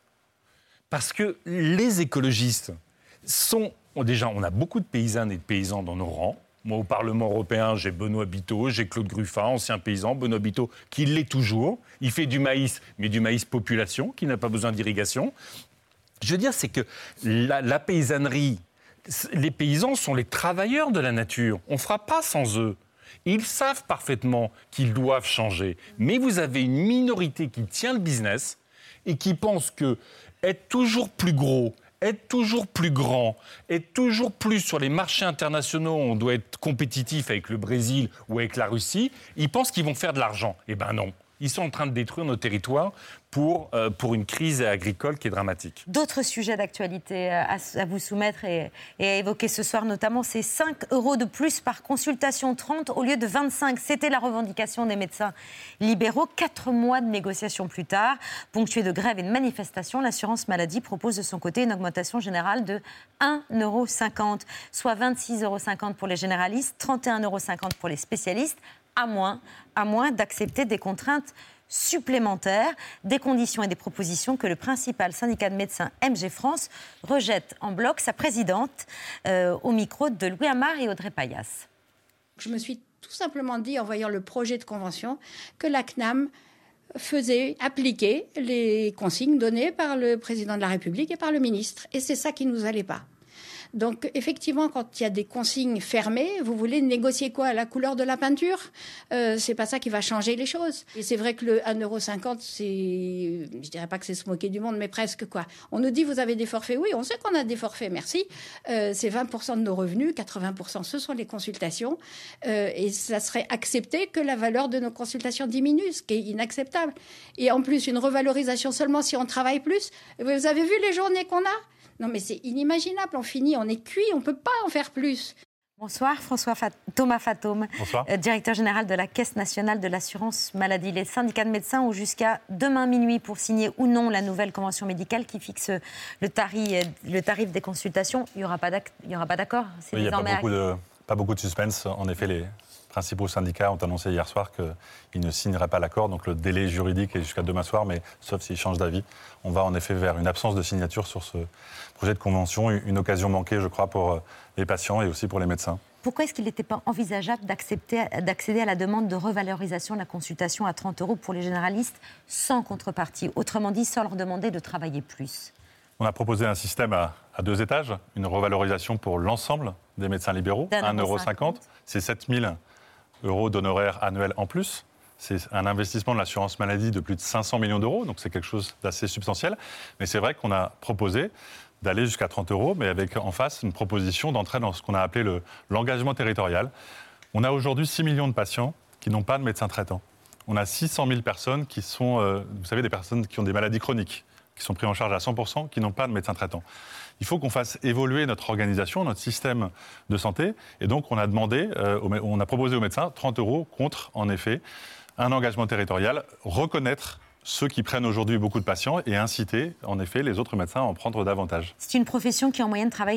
[SPEAKER 11] Parce que les écologistes sont... Déjà, on a beaucoup de paysannes et de paysans dans nos rangs. Moi, au Parlement européen, j'ai Benoît Biteau, j'ai Claude Gruffat, ancien paysan. Benoît Biteau, qui l'est toujours. Il fait du maïs, mais du maïs population, qui n'a pas besoin d'irrigation. Je veux dire, c'est que la paysannerie, les paysans sont les travailleurs de la nature. On ne fera pas sans eux. Ils savent parfaitement qu'ils doivent changer. Mais vous avez une minorité qui tient le business et qui pense que être toujours plus gros, être toujours plus grand, être toujours plus sur les marchés internationaux, on doit être compétitif avec le Brésil ou avec la Russie, ils pensent qu'ils vont faire de l'argent. Eh bien non. Ils sont en train de détruire nos territoires pour une crise agricole qui est dramatique.
[SPEAKER 1] D'autres sujets d'actualité à vous soumettre et à évoquer ce soir, notamment, c'est 5 € de plus par consultation, 30 au lieu de 25. C'était la revendication des médecins libéraux. 4 mois de négociations plus tard, ponctués de grèves et de manifestations, l'assurance maladie propose de son côté une augmentation générale de 1,50 €, soit 26,50 € pour les généralistes, 31,50 € pour les spécialistes, à moins d'accepter des contraintes supplémentaires, des conditions et des propositions que le principal syndicat de médecins MG France rejette en bloc. Sa présidente au micro de Louis Amar et Audrey Payas.
[SPEAKER 16] Je me suis tout simplement dit, en voyant le projet de convention, que la CNAM appliquer les consignes données par le président de la République et par le ministre. Et c'est ça qui ne nous allait pas. Donc, effectivement, quand il y a des consignes fermées, vous voulez négocier quoi? La couleur de la peinture? C'est pas ça qui va changer les choses. Et c'est vrai que le 1,50 €, je dirais pas que c'est se moquer du monde, mais presque quoi. On nous dit, vous avez des forfaits? Oui, on sait qu'on a des forfaits, merci. C'est 20% de nos revenus, 80% ce sont les consultations. Et ça serait accepté que la valeur de nos consultations diminue, ce qui est inacceptable. Et en plus, une revalorisation seulement si on travaille plus. Vous avez vu les journées qu'on a? Non, mais c'est inimaginable. On finit, on est cuit, on ne peut pas en faire plus.
[SPEAKER 1] Bonsoir, Thomas Fatome, directeur général de la Caisse nationale de l'assurance maladie. Les syndicats de médecins ont jusqu'à demain minuit pour signer ou non la nouvelle convention médicale qui fixe le tarif des consultations. Il n'y aura pas d'accord.
[SPEAKER 17] Oui, il n'y a pas beaucoup de suspense. En effet, les principaux syndicats ont annoncé hier soir qu'ils ne signeraient pas l'accord. Donc le délai juridique est jusqu'à demain soir, mais sauf s'ils changent d'avis, on va en effet vers une absence de signature sur ce projet de convention. Une occasion manquée, je crois, pour les patients et aussi pour les médecins.
[SPEAKER 1] Pourquoi est-ce qu'il n'était pas envisageable d'accéder à la demande de revalorisation de la consultation à 30 € pour les généralistes sans contrepartie? Autrement dit, sans leur demander de travailler plus.
[SPEAKER 17] On a proposé un système à 2 étages, une revalorisation pour l'ensemble des médecins libéraux, 1,50 €. C'est 7 000 € d'honoraires annuels en plus. C'est un investissement de l'assurance maladie de plus de 500 millions d'euros, donc c'est quelque chose d'assez substantiel. Mais c'est vrai qu'on a proposé d'aller jusqu'à 30 €, mais avec en face une proposition d'entrer dans ce qu'on a appelé l'engagement territorial. On a aujourd'hui 6 millions de patients qui n'ont pas de médecin traitant. On a 600 000 personnes qui sont, vous savez, des personnes qui ont des maladies chroniques, qui sont prises en charge à 100%, qui n'ont pas de médecin traitant. Il faut qu'on fasse évoluer notre organisation, notre système de santé. Et donc, on a proposé aux médecins 30 € contre, en effet, un engagement territorial, reconnaître ceux qui prennent aujourd'hui beaucoup de patients et inciter, en effet, les autres médecins à en prendre davantage.
[SPEAKER 1] C'est une profession qui, en moyenne, travaille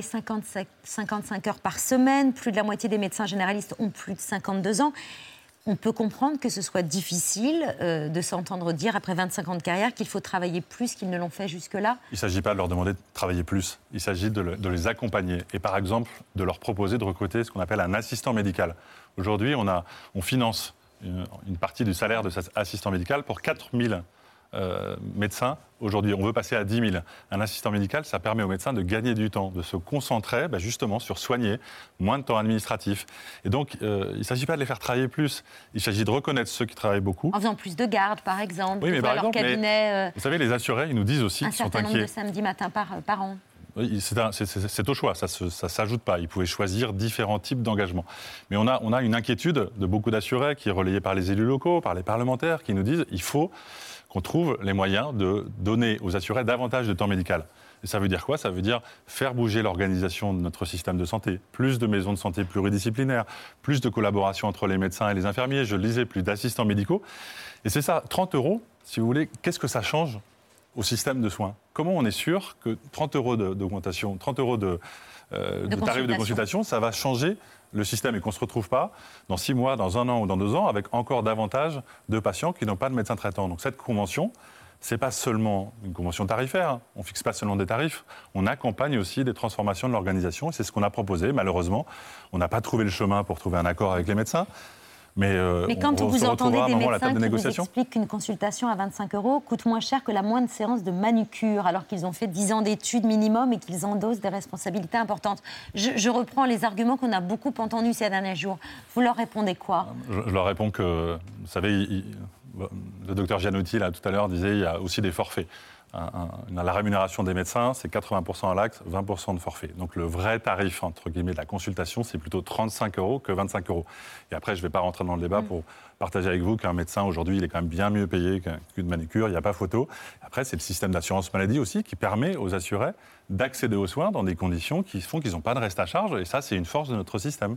[SPEAKER 1] 55 heures par semaine. Plus de la moitié des médecins généralistes ont plus de 52 ans. On peut comprendre que ce soit difficile de s'entendre dire, après 25 ans de carrière, qu'il faut travailler plus qu'ils ne l'ont fait jusque-là.
[SPEAKER 17] Il ne s'agit pas de leur demander de travailler plus. Il s'agit de les accompagner et, par exemple, de leur proposer de recruter ce qu'on appelle un assistant médical. Aujourd'hui, on finance une partie du salaire de cet assistant médical pour 4 000 médecins. Aujourd'hui, on veut passer à 10 000. Un assistant médical, ça permet aux médecins de gagner du temps, de se concentrer justement sur soigner, moins de temps administratif. Et donc, il ne s'agit pas de les faire travailler plus. Il s'agit de reconnaître ceux qui travaillent beaucoup.
[SPEAKER 1] En faisant plus de gardes, par exemple.
[SPEAKER 17] Oui, mais par exemple,
[SPEAKER 1] cabinet,
[SPEAKER 17] vous savez, les assurés, ils nous disent aussi qu'ils sont inquiets.
[SPEAKER 1] Un certain nombre de samedis matins par an.
[SPEAKER 17] Oui, c'est au choix, ça ne s'ajoute pas. Ils pouvaient choisir différents types d'engagements. Mais on a une inquiétude de beaucoup d'assurés qui est relayée par les élus locaux, par les parlementaires, qui nous disent qu'il faut qu'on trouve les moyens de donner aux assurés davantage de temps médical. Et ça veut dire quoi? Ça veut dire faire bouger l'organisation de notre système de santé. Plus de maisons de santé pluridisciplinaires, plus de collaboration entre les médecins et les infirmiers, je le disais, plus d'assistants médicaux. Et c'est ça, 30 €, si vous voulez, qu'est-ce que ça change au système de soins? Comment on est sûr que 30 € d'augmentation, 30 € de tarif de consultation, ça va changer le système et qu'on ne se retrouve pas dans 6 mois, dans 1 an ou dans 2 ans avec encore davantage de patients qui n'ont pas de médecin traitant. Donc cette convention, ce n'est pas seulement une convention tarifaire, on ne fixe pas seulement des tarifs, on accompagne aussi des transformations de l'organisation et c'est ce qu'on a proposé. Malheureusement, on n'a pas trouvé le chemin pour trouver un accord avec les médecins. Mais
[SPEAKER 1] quand vous entendez des médecins qui vous expliquent qu'une consultation à 25 € coûte moins cher que la moindre séance de manucure, alors qu'ils ont fait 10 ans d'études minimum et qu'ils endossent des responsabilités importantes. Je reprends les arguments qu'on a beaucoup entendus ces derniers jours. Vous leur répondez quoi?
[SPEAKER 17] Je leur réponds que, vous savez, le docteur Gianotti, là, tout à l'heure, disait qu'il y a aussi des forfaits. La rémunération des médecins, c'est 80% à l'acte, 20% de forfait. Donc le vrai tarif, entre guillemets, de la consultation, c'est plutôt 35 € que 25 €. Et après, je ne vais pas rentrer dans le débat pour partager avec vous qu'un médecin, aujourd'hui, il est quand même bien mieux payé qu'une manucure, il n'y a pas photo. Après, c'est le système d'assurance maladie aussi qui permet aux assurés d'accéder aux soins dans des conditions qui font qu'ils n'ont pas de reste à charge. Et ça, c'est une force de notre système.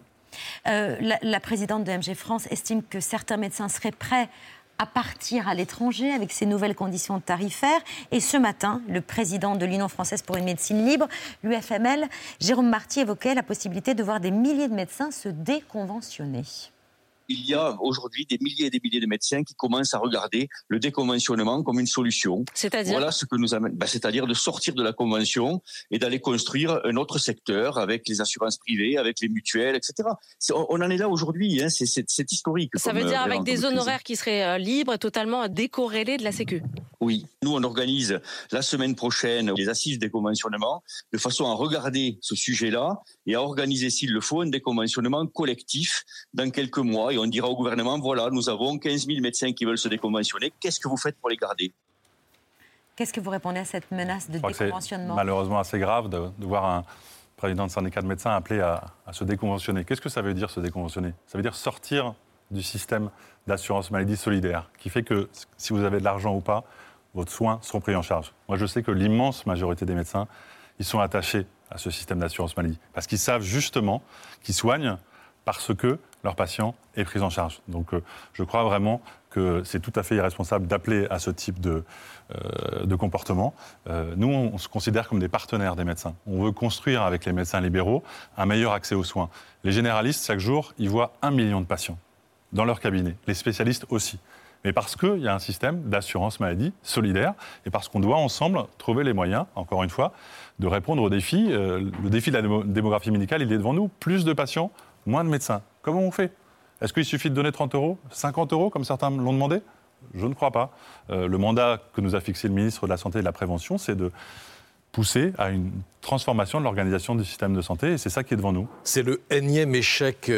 [SPEAKER 1] La présidente de MG France estime que certains médecins seraient prêts à partir à l'étranger avec ces nouvelles conditions tarifaires. Et ce matin, le président de l'Union française pour une médecine libre, l'UFML, Jérôme Marty, évoquait la possibilité de voir des milliers de médecins se déconventionner.
[SPEAKER 18] il y a aujourd'hui des milliers et des milliers de médecins qui commencent à regarder le déconventionnement comme une solution.
[SPEAKER 3] C'est-à-dire ?
[SPEAKER 18] Voilà ce que nous amène, c'est-à-dire de sortir de la convention et d'aller construire un autre secteur avec les assurances privées, avec les mutuelles, etc. On en est là aujourd'hui, hein, c'est historique.
[SPEAKER 3] Ça veut dire avec des honoraires qui seraient libres et totalement décorrélés de la Sécu.
[SPEAKER 18] Oui, nous on organise la semaine prochaine les assises des conventionnements de façon à regarder ce sujet-là et à organiser s'il le faut un déconventionnement collectif dans quelques mois et on dira au gouvernement voilà, nous avons 15 000 médecins qui veulent se déconventionner, qu'est-ce que vous faites pour les garder ?
[SPEAKER 1] Qu'est-ce que vous répondez à cette menace de déconventionnement ?
[SPEAKER 17] C'est malheureusement assez grave de voir un président de syndicat de médecins appeler à se déconventionner. Qu'est-ce que ça veut dire se déconventionner ? Ça veut dire sortir du système d'assurance maladie solidaire, qui fait que si vous avez de l'argent ou pas, vos soins seront pris en charge. Moi, je sais que l'immense majorité des médecins, ils sont attachés à ce système d'assurance maladie, parce qu'ils savent justement qu'ils soignent parce que leur patient est pris en charge. Donc, je crois vraiment que c'est tout à fait irresponsable d'appeler à ce type de comportement. Nous, on se considère comme des partenaires des médecins. On veut construire avec les médecins libéraux un meilleur accès aux soins. Les généralistes, chaque jour, ils voient 1 million de patients dans leur cabinet. Les spécialistes aussi. Mais parce qu'il y a un système d'assurance maladie solidaire et parce qu'on doit ensemble trouver les moyens, encore une fois, de répondre aux défis. Le défi de la démographie médicale, il est devant nous. Plus de patients, moins de médecins. Comment on fait ? Est-ce qu'il suffit de donner 30 €, 50 €, comme certains l'ont demandé ? Je ne crois pas. Le mandat que nous a fixé le ministre de la Santé et de la Prévention, c'est de pousser à une transformation de l'organisation du système de santé, et c'est ça qui est devant nous.
[SPEAKER 4] C'est le énième échec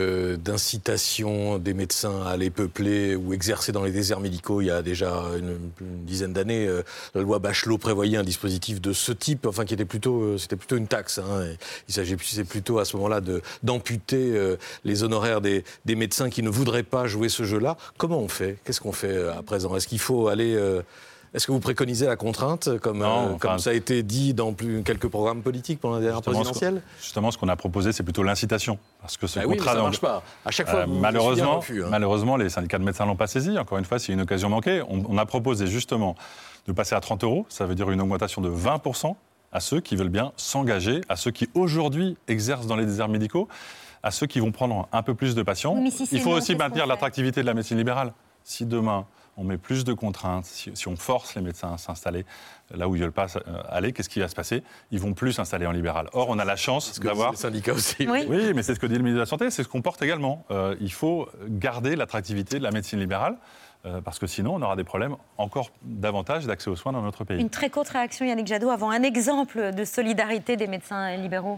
[SPEAKER 4] d'incitation des médecins à aller peupler ou exercer dans les déserts médicaux. Il y a déjà une dizaine d'années, la loi Bachelot prévoyait un dispositif de ce type, enfin qui était plutôt, c'était plutôt une taxe. Hein. Il s'agissait plutôt à ce moment-là d'amputer les honoraires des médecins qui ne voudraient pas jouer ce jeu-là. Comment on fait ? Qu'est-ce qu'on fait à présent ? Est-ce qu'il faut aller... Est-ce que vous préconisez la contrainte, comme ça a été dit dans quelques programmes politiques pendant la dernière présidentielle ?
[SPEAKER 17] Justement, ce qu'on a proposé, c'est plutôt l'incitation. Parce que ce contrat...
[SPEAKER 4] Oui, mais ça ne marche pas. À chaque fois,
[SPEAKER 17] malheureusement, les syndicats de médecins ne l'ont pas saisi. Encore une fois, c'est une occasion manquée. On a proposé justement de passer à 30 €. Ça veut dire une augmentation de 20% à ceux qui veulent bien s'engager, à ceux qui aujourd'hui exercent dans les déserts médicaux, à ceux qui vont prendre un peu plus de patients. Il faut aussi maintenir l'attractivité de la médecine libérale. Si demain... on met plus de contraintes, si on force les médecins à s'installer là où ils ne veulent pas aller, qu'est-ce qui va se passer ? Ils ne vont plus s'installer en libéral. Or, on a la chance d'avoir...
[SPEAKER 4] Les syndicats aussi.
[SPEAKER 17] Oui, mais c'est ce que dit le ministre de la Santé, c'est ce qu'on porte également. Il faut garder l'attractivité de la médecine libérale, parce que sinon, on aura des problèmes encore davantage d'accès aux soins dans notre pays.
[SPEAKER 1] Une très courte réaction, Yannick Jadot, avant un exemple de solidarité des médecins libéraux.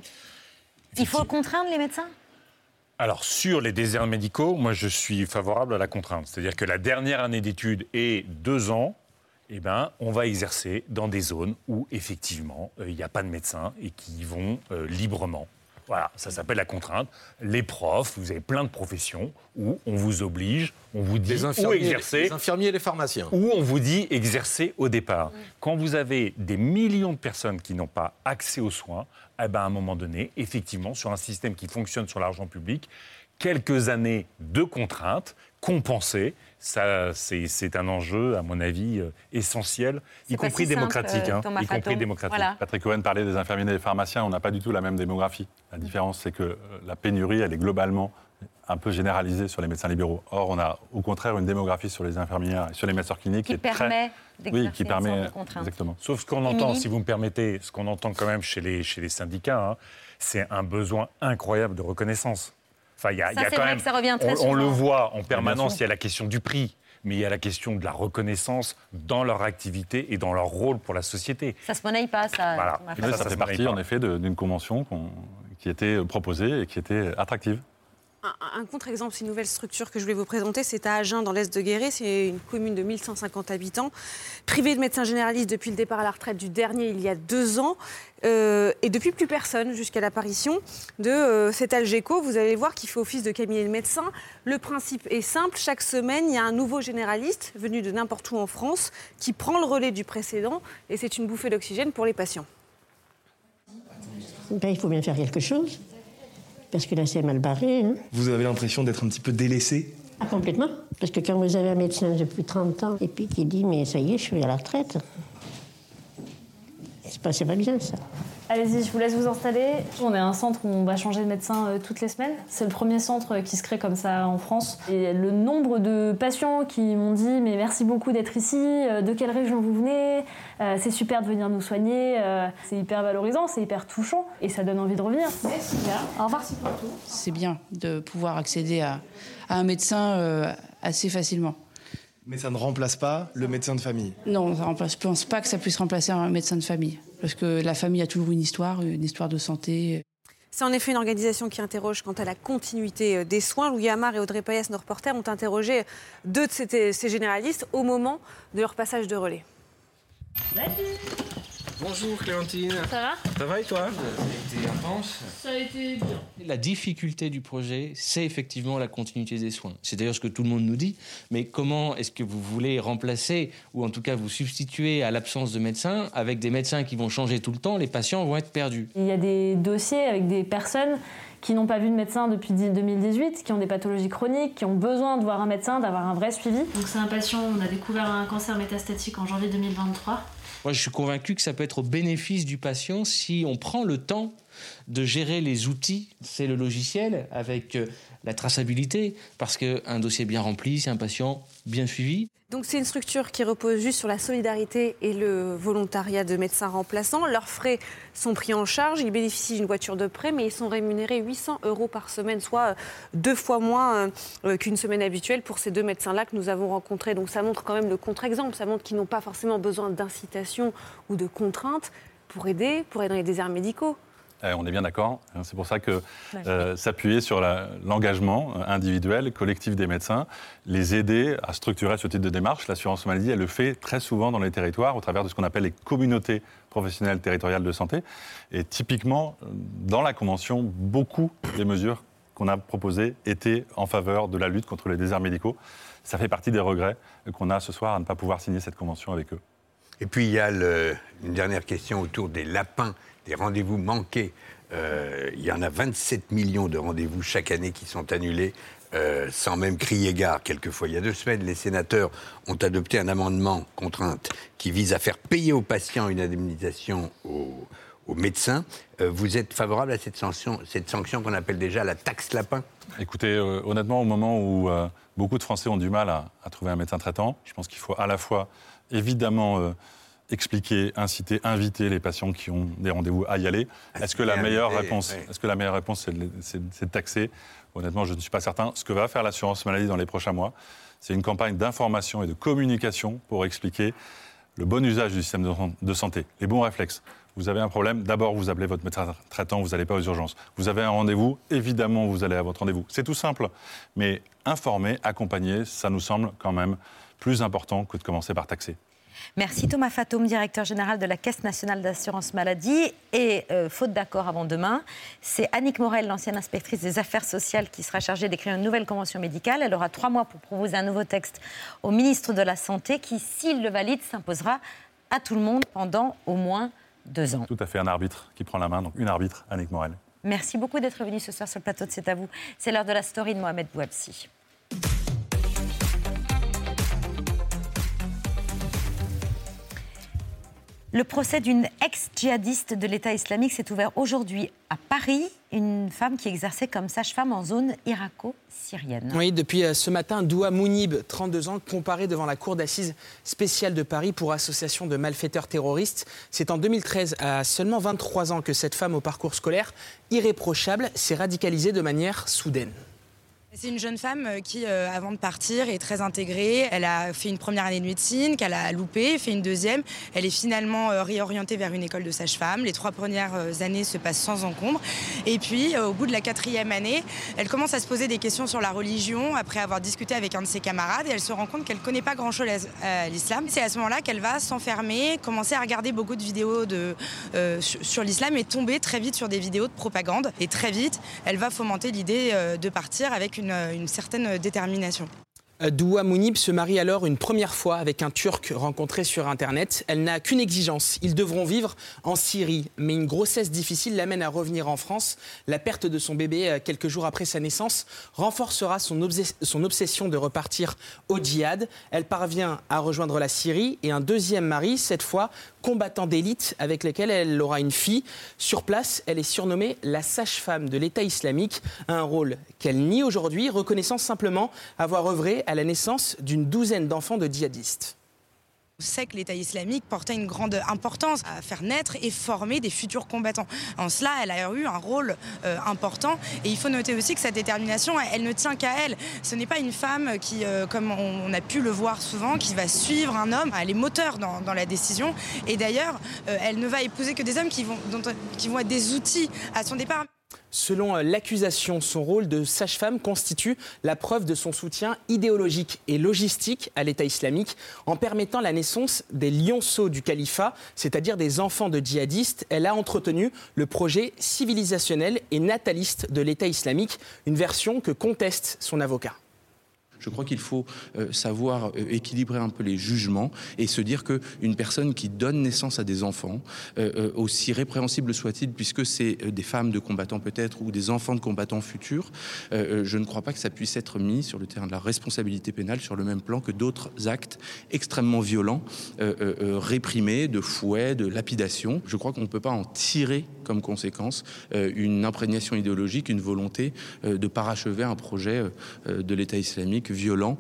[SPEAKER 1] Il faut contraindre les médecins ?
[SPEAKER 11] Alors, sur les déserts médicaux, moi, je suis favorable à la contrainte. C'est-à-dire que la dernière année d'études est 2 ans, eh ben, on va exercer dans des zones où, effectivement, il n'y a pas de médecins et qui y vont librement. Voilà, ça s'appelle la contrainte. Les profs, vous avez plein de professions où on vous oblige, on vous dit où exercer.
[SPEAKER 4] Les infirmiers et les pharmaciens.
[SPEAKER 11] Où on vous dit exercer au départ. Quand vous avez des millions de personnes qui n'ont pas accès aux soins, eh ben, à un moment donné, effectivement, sur un système qui fonctionne sur l'argent public, quelques années de contraintes compensées, ça, c'est un enjeu, à mon avis, essentiel, y compris démocratique. Y compris démocratique.
[SPEAKER 1] Voilà.
[SPEAKER 17] Patrick Cohen parlait des infirmiers et des pharmaciens, on n'a pas du tout la même démographie. La différence, c'est que la pénurie, elle est globalement un peu généralisée sur les médecins libéraux. Or, on a au contraire une démographie sur les infirmières et sur les maîtres cliniques
[SPEAKER 1] qui permet
[SPEAKER 17] qui permet
[SPEAKER 1] de contrainte.
[SPEAKER 17] Exactement.
[SPEAKER 11] Sauf ce qu'on entend, si vous me permettez, ce qu'on entend quand même chez les syndicats, c'est un besoin incroyable de reconnaissance. Enfin, il y a quand même,
[SPEAKER 1] ça revient très
[SPEAKER 11] on le voit en permanence, il y a la question du prix, mais il y a la question de la reconnaissance dans leur activité et dans leur rôle pour la société.
[SPEAKER 1] Ça se monnaie pas, ça.
[SPEAKER 17] Voilà. Ça fait partie, en effet, d'une convention qui était proposée et qui était attractive.
[SPEAKER 3] Un contre-exemple, c'est une nouvelle structure que je voulais vous présenter, c'est à Agen, dans l'Est de Guéret. C'est une commune de 1150 habitants, privée de médecins généralistes depuis le départ à la retraite du dernier, il y a 2 ans. Et depuis, plus personne, jusqu'à l'apparition de cet Algeco. Vous allez voir qu'il fait office de cabinet de médecin. Le principe est simple. Chaque semaine, il y a un nouveau généraliste, venu de n'importe où en France, qui prend le relais du précédent. Et c'est une bouffée d'oxygène pour les patients.
[SPEAKER 19] Ben, il faut bien faire quelque chose. Parce que là, c'est mal barré.
[SPEAKER 20] Vous avez l'impression d'être un petit peu délaissé ?
[SPEAKER 19] Ah, complètement. Parce que quand vous avez un médecin depuis 30 ans et puis qui dit « mais ça y est, je suis à la retraite », C'est pas bien, ça.
[SPEAKER 21] Allez-y, je vous laisse vous installer. On est un centre où on va changer de médecin toutes les semaines. C'est le premier centre qui se crée comme ça en France. Et le nombre de patients qui m'ont dit « mais merci beaucoup d'être ici, de quelle région vous venez, c'est super de venir nous soigner », c'est hyper valorisant, c'est hyper touchant et ça donne envie de revenir. Merci. Au revoir.
[SPEAKER 22] C'est bien de pouvoir accéder à un médecin assez facilement.
[SPEAKER 20] Mais ça ne remplace pas le médecin de famille.
[SPEAKER 22] Non, je ne pense pas que ça puisse remplacer un médecin de famille. Parce que la famille a toujours une histoire de santé.
[SPEAKER 3] C'est en effet une organisation qui interroge quant à la continuité des soins. Louis Amar et Audrey Payas, nos reporters, ont interrogé 2 de ces généralistes au moment de leur passage de relais.
[SPEAKER 21] Salut.
[SPEAKER 23] Bonjour Clémentine.
[SPEAKER 21] Ça va ?
[SPEAKER 23] Ça va et toi ? Ça a été intense.
[SPEAKER 21] Ça a été bien.
[SPEAKER 23] La difficulté du projet, c'est effectivement la continuité des soins. C'est d'ailleurs ce que tout le monde nous dit. Mais comment est-ce que vous voulez remplacer, ou en tout cas vous substituer à l'absence de médecins, avec des médecins qui vont changer tout le temps, les patients vont être perdus.
[SPEAKER 21] Il y a des dossiers avec des personnes qui n'ont pas vu de médecin depuis 2018, qui ont des pathologies chroniques, qui ont besoin de voir un médecin, d'avoir un vrai suivi. Donc c'est un patient, on a découvert un cancer métastatique en janvier 2023.
[SPEAKER 23] Moi, je suis convaincu que ça peut être au bénéfice du patient si on prend le temps de gérer les outils. C'est le logiciel avec la traçabilité, parce qu'un dossier bien rempli, c'est un patient bien suivi.
[SPEAKER 3] Donc c'est une structure qui repose juste sur la solidarité et le volontariat de médecins remplaçants. Leurs frais sont pris en charge, ils bénéficient d'une voiture de prêt, mais ils sont rémunérés 800 € par semaine, soit 2 fois moins qu'une semaine habituelle pour ces 2 médecins-là que nous avons rencontrés. Donc ça montre quand même le contre-exemple, ça montre qu'ils n'ont pas forcément besoin d'incitation ou de contraintes pour aider dans les déserts médicaux.
[SPEAKER 17] On est bien d'accord. C'est pour ça que s'appuyer sur l'engagement individuel, collectif des médecins, les aider à structurer ce type de démarche. L'assurance maladie, elle le fait très souvent dans les territoires au travers de ce qu'on appelle les communautés professionnelles territoriales de santé. Et typiquement, dans la Convention, beaucoup des mesures qu'on a proposées étaient en faveur de la lutte contre les déserts médicaux. Ça fait partie des regrets qu'on a ce soir à ne pas pouvoir signer cette convention avec eux.
[SPEAKER 6] Et puis il y a une dernière question autour des lapins, des rendez-vous manqués. Il y en a 27 millions de rendez-vous chaque année qui sont annulés, sans même crier gare quelquefois. Il y a 2 semaines, les sénateurs ont adopté un amendement contrainte qui vise à faire payer aux patients une indemnisation aux médecins. Vous êtes favorable à cette sanction qu'on appelle déjà la taxe lapin ?
[SPEAKER 17] Écoutez, honnêtement, au moment où beaucoup de Français ont du mal à trouver un médecin traitant, je pense qu'il faut à la fois, évidemment, expliquer, inciter, inviter les patients qui ont des rendez-vous à y aller. Est-ce que la meilleure réponse, c'est de taxer ? Honnêtement, je ne suis pas certain. Ce que va faire l'assurance maladie dans les prochains mois, c'est une campagne d'information et de communication pour expliquer le bon usage du système de santé, les bons réflexes. Vous avez un problème, d'abord vous appelez votre médecin traitant, vous n'allez pas aux urgences. Vous avez un rendez-vous, évidemment vous allez à votre rendez-vous. C'est tout simple, mais informer, accompagner, ça nous semble quand même plus important que de commencer par taxer.
[SPEAKER 1] Merci Thomas Fatoum, directeur général de la Caisse nationale d'assurance maladie. Et faute d'accord avant demain, c'est Annick Morel, l'ancienne inspectrice des affaires sociales, qui sera chargée d'écrire une nouvelle convention médicale. Elle aura 3 mois pour proposer un nouveau texte au ministre de la Santé qui, s'il le valide, s'imposera à tout le monde pendant au moins 2 ans.
[SPEAKER 17] Tout à fait, un arbitre qui prend la main, donc une arbitre, Annick Morel.
[SPEAKER 1] Merci beaucoup d'être venu ce soir sur le plateau de C'est à vous. C'est l'heure de la story de Mohamed Bouabsi. Le procès d'une ex-djihadiste de l'État islamique s'est ouvert aujourd'hui à Paris. Une femme qui exerçait comme sage-femme en zone irako-syrienne.
[SPEAKER 2] Oui, depuis ce matin, Doua Mounib, 32 ans, comparée devant la cour d'assises spéciale de Paris pour association de malfaiteurs terroristes. C'est en 2013, à seulement 23 ans, que cette femme au parcours scolaire irréprochable s'est radicalisée de manière soudaine.
[SPEAKER 24] C'est une jeune femme qui, avant de partir, est très intégrée. Elle a fait une première année de médecine, qu'elle a loupée, fait une deuxième. Elle est finalement réorientée vers une école de sage-femme. Les 3 premières années se passent sans encombre. Et puis, au bout de la 4e année, elle commence à se poser des questions sur la religion, après avoir discuté avec un de ses camarades. Et elle se rend compte qu'elle ne connaît pas grand-chose à l'islam. C'est à ce moment-là qu'elle va s'enfermer, commencer à regarder beaucoup de vidéos sur l'islam et tomber très vite sur des vidéos de propagande. Et très vite, elle va fomenter l'idée de partir avec une certaine détermination.
[SPEAKER 2] Doua Mounib se marie alors une première fois avec un Turc rencontré sur Internet. Elle n'a qu'une exigence, ils devront vivre en Syrie. Mais une grossesse difficile l'amène à revenir en France. La perte de son bébé quelques jours après sa naissance renforcera son obsession de repartir au djihad. Elle parvient à rejoindre la Syrie et un deuxième mari, cette fois combattant d'élite avec lequel elle aura une fille. Sur place, elle est surnommée la sage-femme de l'État islamique, un rôle qu'elle nie aujourd'hui, reconnaissant simplement avoir œuvré à la naissance d'une douzaine d'enfants de djihadistes.
[SPEAKER 24] On sait que l'État islamique portait une grande importance à faire naître et former des futurs combattants. En cela, elle a eu un rôle important. Et il faut noter aussi que cette détermination, elle ne tient qu'à elle. Ce n'est pas une femme qui, comme on a pu le voir souvent, qui va suivre un homme. Elle est moteur dans la décision. Et d'ailleurs, elle ne va épouser que des hommes qui vont être des outils à son départ.
[SPEAKER 2] Selon l'accusation, son rôle de sage-femme constitue la preuve de son soutien idéologique et logistique à l'État islamique en permettant la naissance des lionceaux du califat, c'est-à-dire des enfants de djihadistes. Elle a entretenu le projet civilisationnel et nataliste de l'État islamique, une version que conteste son avocat.
[SPEAKER 5] Je crois qu'il faut savoir équilibrer un peu les jugements et se dire qu'une personne qui donne naissance à des enfants, aussi répréhensible soit-il, puisque c'est des femmes de combattants peut-être ou des enfants de combattants futurs, je ne crois pas que ça puisse être mis sur le terrain de la responsabilité pénale sur le même plan que d'autres actes extrêmement violents, réprimés, de fouet, de lapidation. Je crois qu'on ne peut pas en tirer comme conséquence une imprégnation idéologique, une volonté de parachever un projet de l'État islamique violent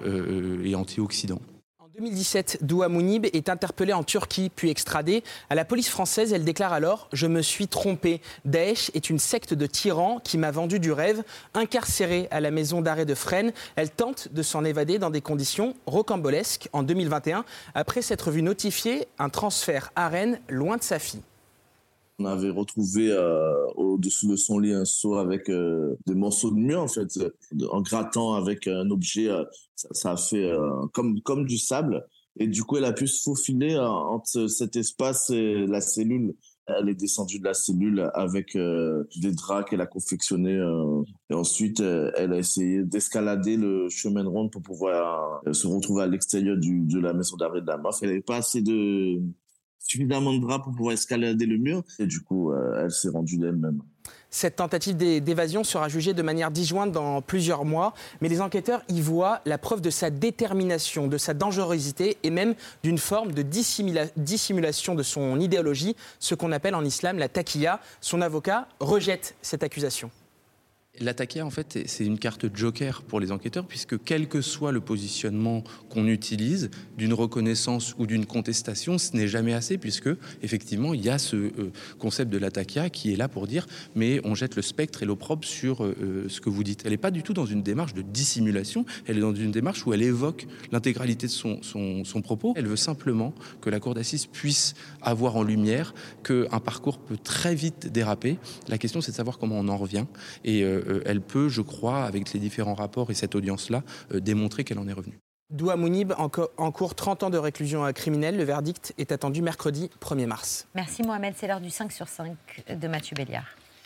[SPEAKER 5] et anti-Occident.
[SPEAKER 2] En 2017, Doua Mounib est interpellée en Turquie puis extradée. À la police française, elle déclare alors « Je me suis trompée. Daesh est une secte de tyrans qui m'a vendu du rêve. » Incarcérée à la maison d'arrêt de Fresnes, elle tente de s'en évader dans des conditions rocambolesques en 2021, après s'être vue notifier un transfert à Rennes loin de sa fille.
[SPEAKER 7] On avait retrouvé au-dessous de son lit un seau avec des morceaux de mur, en fait. En grattant avec un objet, ça a fait comme du sable. Et du coup, elle a pu se faufiler entre cet espace et la cellule. Elle est descendue de la cellule avec des draps qu'elle a confectionnés. Et ensuite, elle a essayé d'escalader le chemin de ronde pour pouvoir se retrouver à l'extérieur de la maison d'arrêt de la MAF. Elle n'avait pas suffisamment de draps pour pouvoir escalader le mur. Et du coup, elle s'est rendue d'elle-même.
[SPEAKER 2] Cette tentative d'évasion sera jugée de manière disjointe dans plusieurs mois. Mais les enquêteurs y voient la preuve de sa détermination, de sa dangerosité et même d'une forme de dissimulation de son idéologie, ce qu'on appelle en islam la taqiyya. Son avocat rejette cette accusation.
[SPEAKER 5] La taqiyya, en fait, c'est une carte joker pour les enquêteurs, puisque quel que soit le positionnement qu'on utilise, d'une reconnaissance ou d'une contestation, ce n'est jamais assez, puisque, effectivement, il y a ce concept de la taqiyya qui est là pour dire « mais on jette le spectre et l'opprobre sur ce que vous dites ». Elle n'est pas du tout dans une démarche de dissimulation, elle est dans une démarche où elle évoque l'intégralité de son propos. Elle veut simplement que la cour d'assises puisse avoir en lumière qu'un parcours peut très vite déraper. La question, c'est de savoir comment on en revient. Et elle peut, je crois, avec les différents rapports et cette audience-là, démontrer qu'elle en est revenue.
[SPEAKER 2] Doua Mounib encourt 30 ans de réclusion criminelle. Le verdict est attendu mercredi 1er mars.
[SPEAKER 1] Merci Mohamed, c'est l'heure du 5 sur 5 de Mathieu Béliard.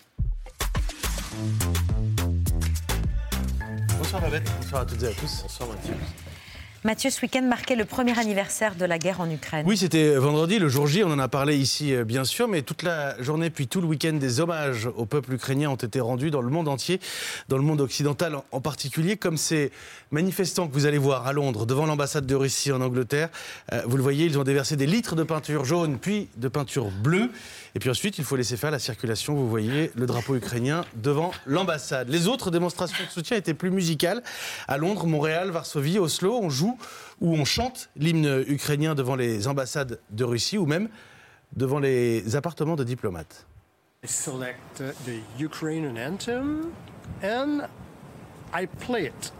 [SPEAKER 8] Bonsoir Babette, bonsoir à toutes et à tous.
[SPEAKER 4] Bonsoir Mathieu.
[SPEAKER 1] Mathieu, ce week-end marquait le premier anniversaire de la guerre en Ukraine.
[SPEAKER 8] Oui, c'était vendredi, le jour J, on en a parlé ici bien sûr, mais toute la journée puis tout le week-end, des hommages au peuple ukrainien ont été rendus dans le monde entier, dans le monde occidental en particulier, comme ces manifestants que vous allez voir à Londres, devant l'ambassade de Russie en Angleterre. Vous le voyez, ils ont déversé des litres de peinture jaune, puis de peinture bleue. Et puis ensuite, il faut laisser faire la circulation, vous voyez, le drapeau ukrainien devant l'ambassade. Les autres démonstrations de soutien étaient plus musicales. À Londres, Montréal, Varsovie, Oslo, on joue ou on chante l'hymne ukrainien devant les ambassades de Russie ou même devant les appartements de diplomates.
[SPEAKER 10] I select the Ukrainian anthem and I play it.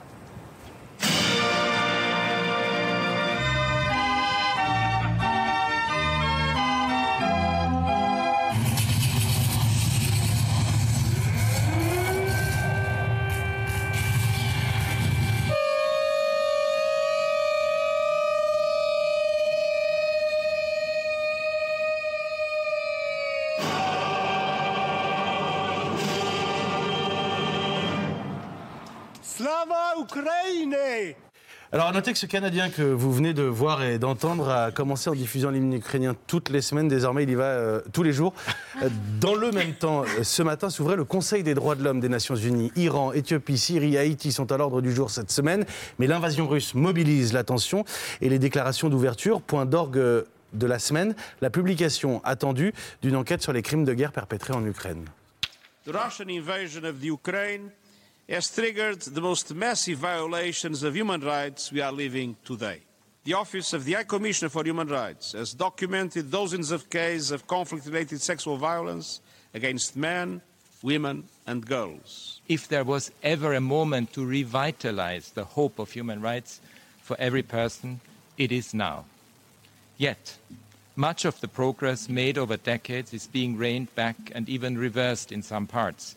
[SPEAKER 10] Slava Ukraini!
[SPEAKER 8] Alors, à noter que ce Canadien que vous venez de voir et d'entendre a commencé en diffusant l'hymne ukrainien toutes les semaines. Désormais, il y va tous les jours. Dans le même temps, ce matin s'ouvrait le Conseil des droits de l'homme des Nations Unies. Iran, Éthiopie, Syrie, Haïti sont à l'ordre du jour cette semaine. Mais l'invasion russe mobilise l'attention et les déclarations d'ouverture. Point d'orgue de la semaine, la publication attendue d'une enquête sur les crimes de guerre perpétrés en Ukraine.
[SPEAKER 9] The Russian invasion of the Ukraine has triggered the most massive violations of human rights we are living today. The Office of the High Commissioner for Human Rights has documented dozens of cases of conflict-related sexual violence against men, women and girls.
[SPEAKER 12] If there was ever a moment to revitalize the hope of human rights for every person, it is now. Yet, much of the progress made over decades is being reined back and even reversed in some parts.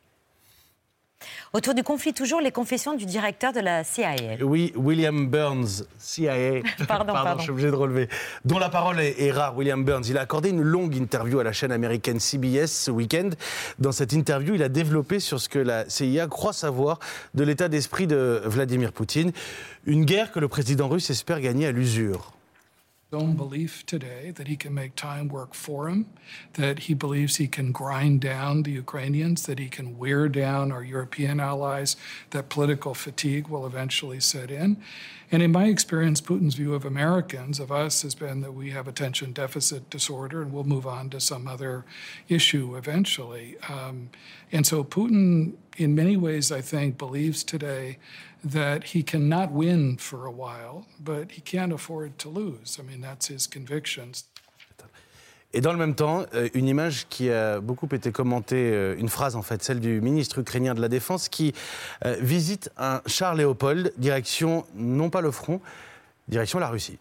[SPEAKER 1] Autour du conflit, toujours les confessions du directeur de la CIA.
[SPEAKER 8] Oui, William Burns, CIA.
[SPEAKER 1] Pardon.
[SPEAKER 8] Je suis obligé de relever. Dont la parole est rare, William Burns. Il a accordé une longue interview à la chaîne américaine CBS ce week-end. Dans cette interview, il a développé sur ce que la CIA croit savoir de l'état d'esprit de Vladimir Poutine. Une guerre que le président russe espère gagner à l'usure.
[SPEAKER 13] Own belief today that he can make time work for him, that he believes he can grind down the Ukrainians, that he can wear down our European allies, that political fatigue will eventually set in. And in my experience, Putin's view of Americans, of us, has been that we have attention deficit disorder and we'll move on to some other issue eventually. And so Putin, in many ways, I think, believes today that he cannot win for a while, but he can't afford to lose. I mean, that's his convictions.
[SPEAKER 8] Et dans le même temps, une image qui a beaucoup été commentée, une phrase en fait, celle du ministre ukrainien de la Défense qui visite un char Léopold, direction non pas le front, direction la Russie.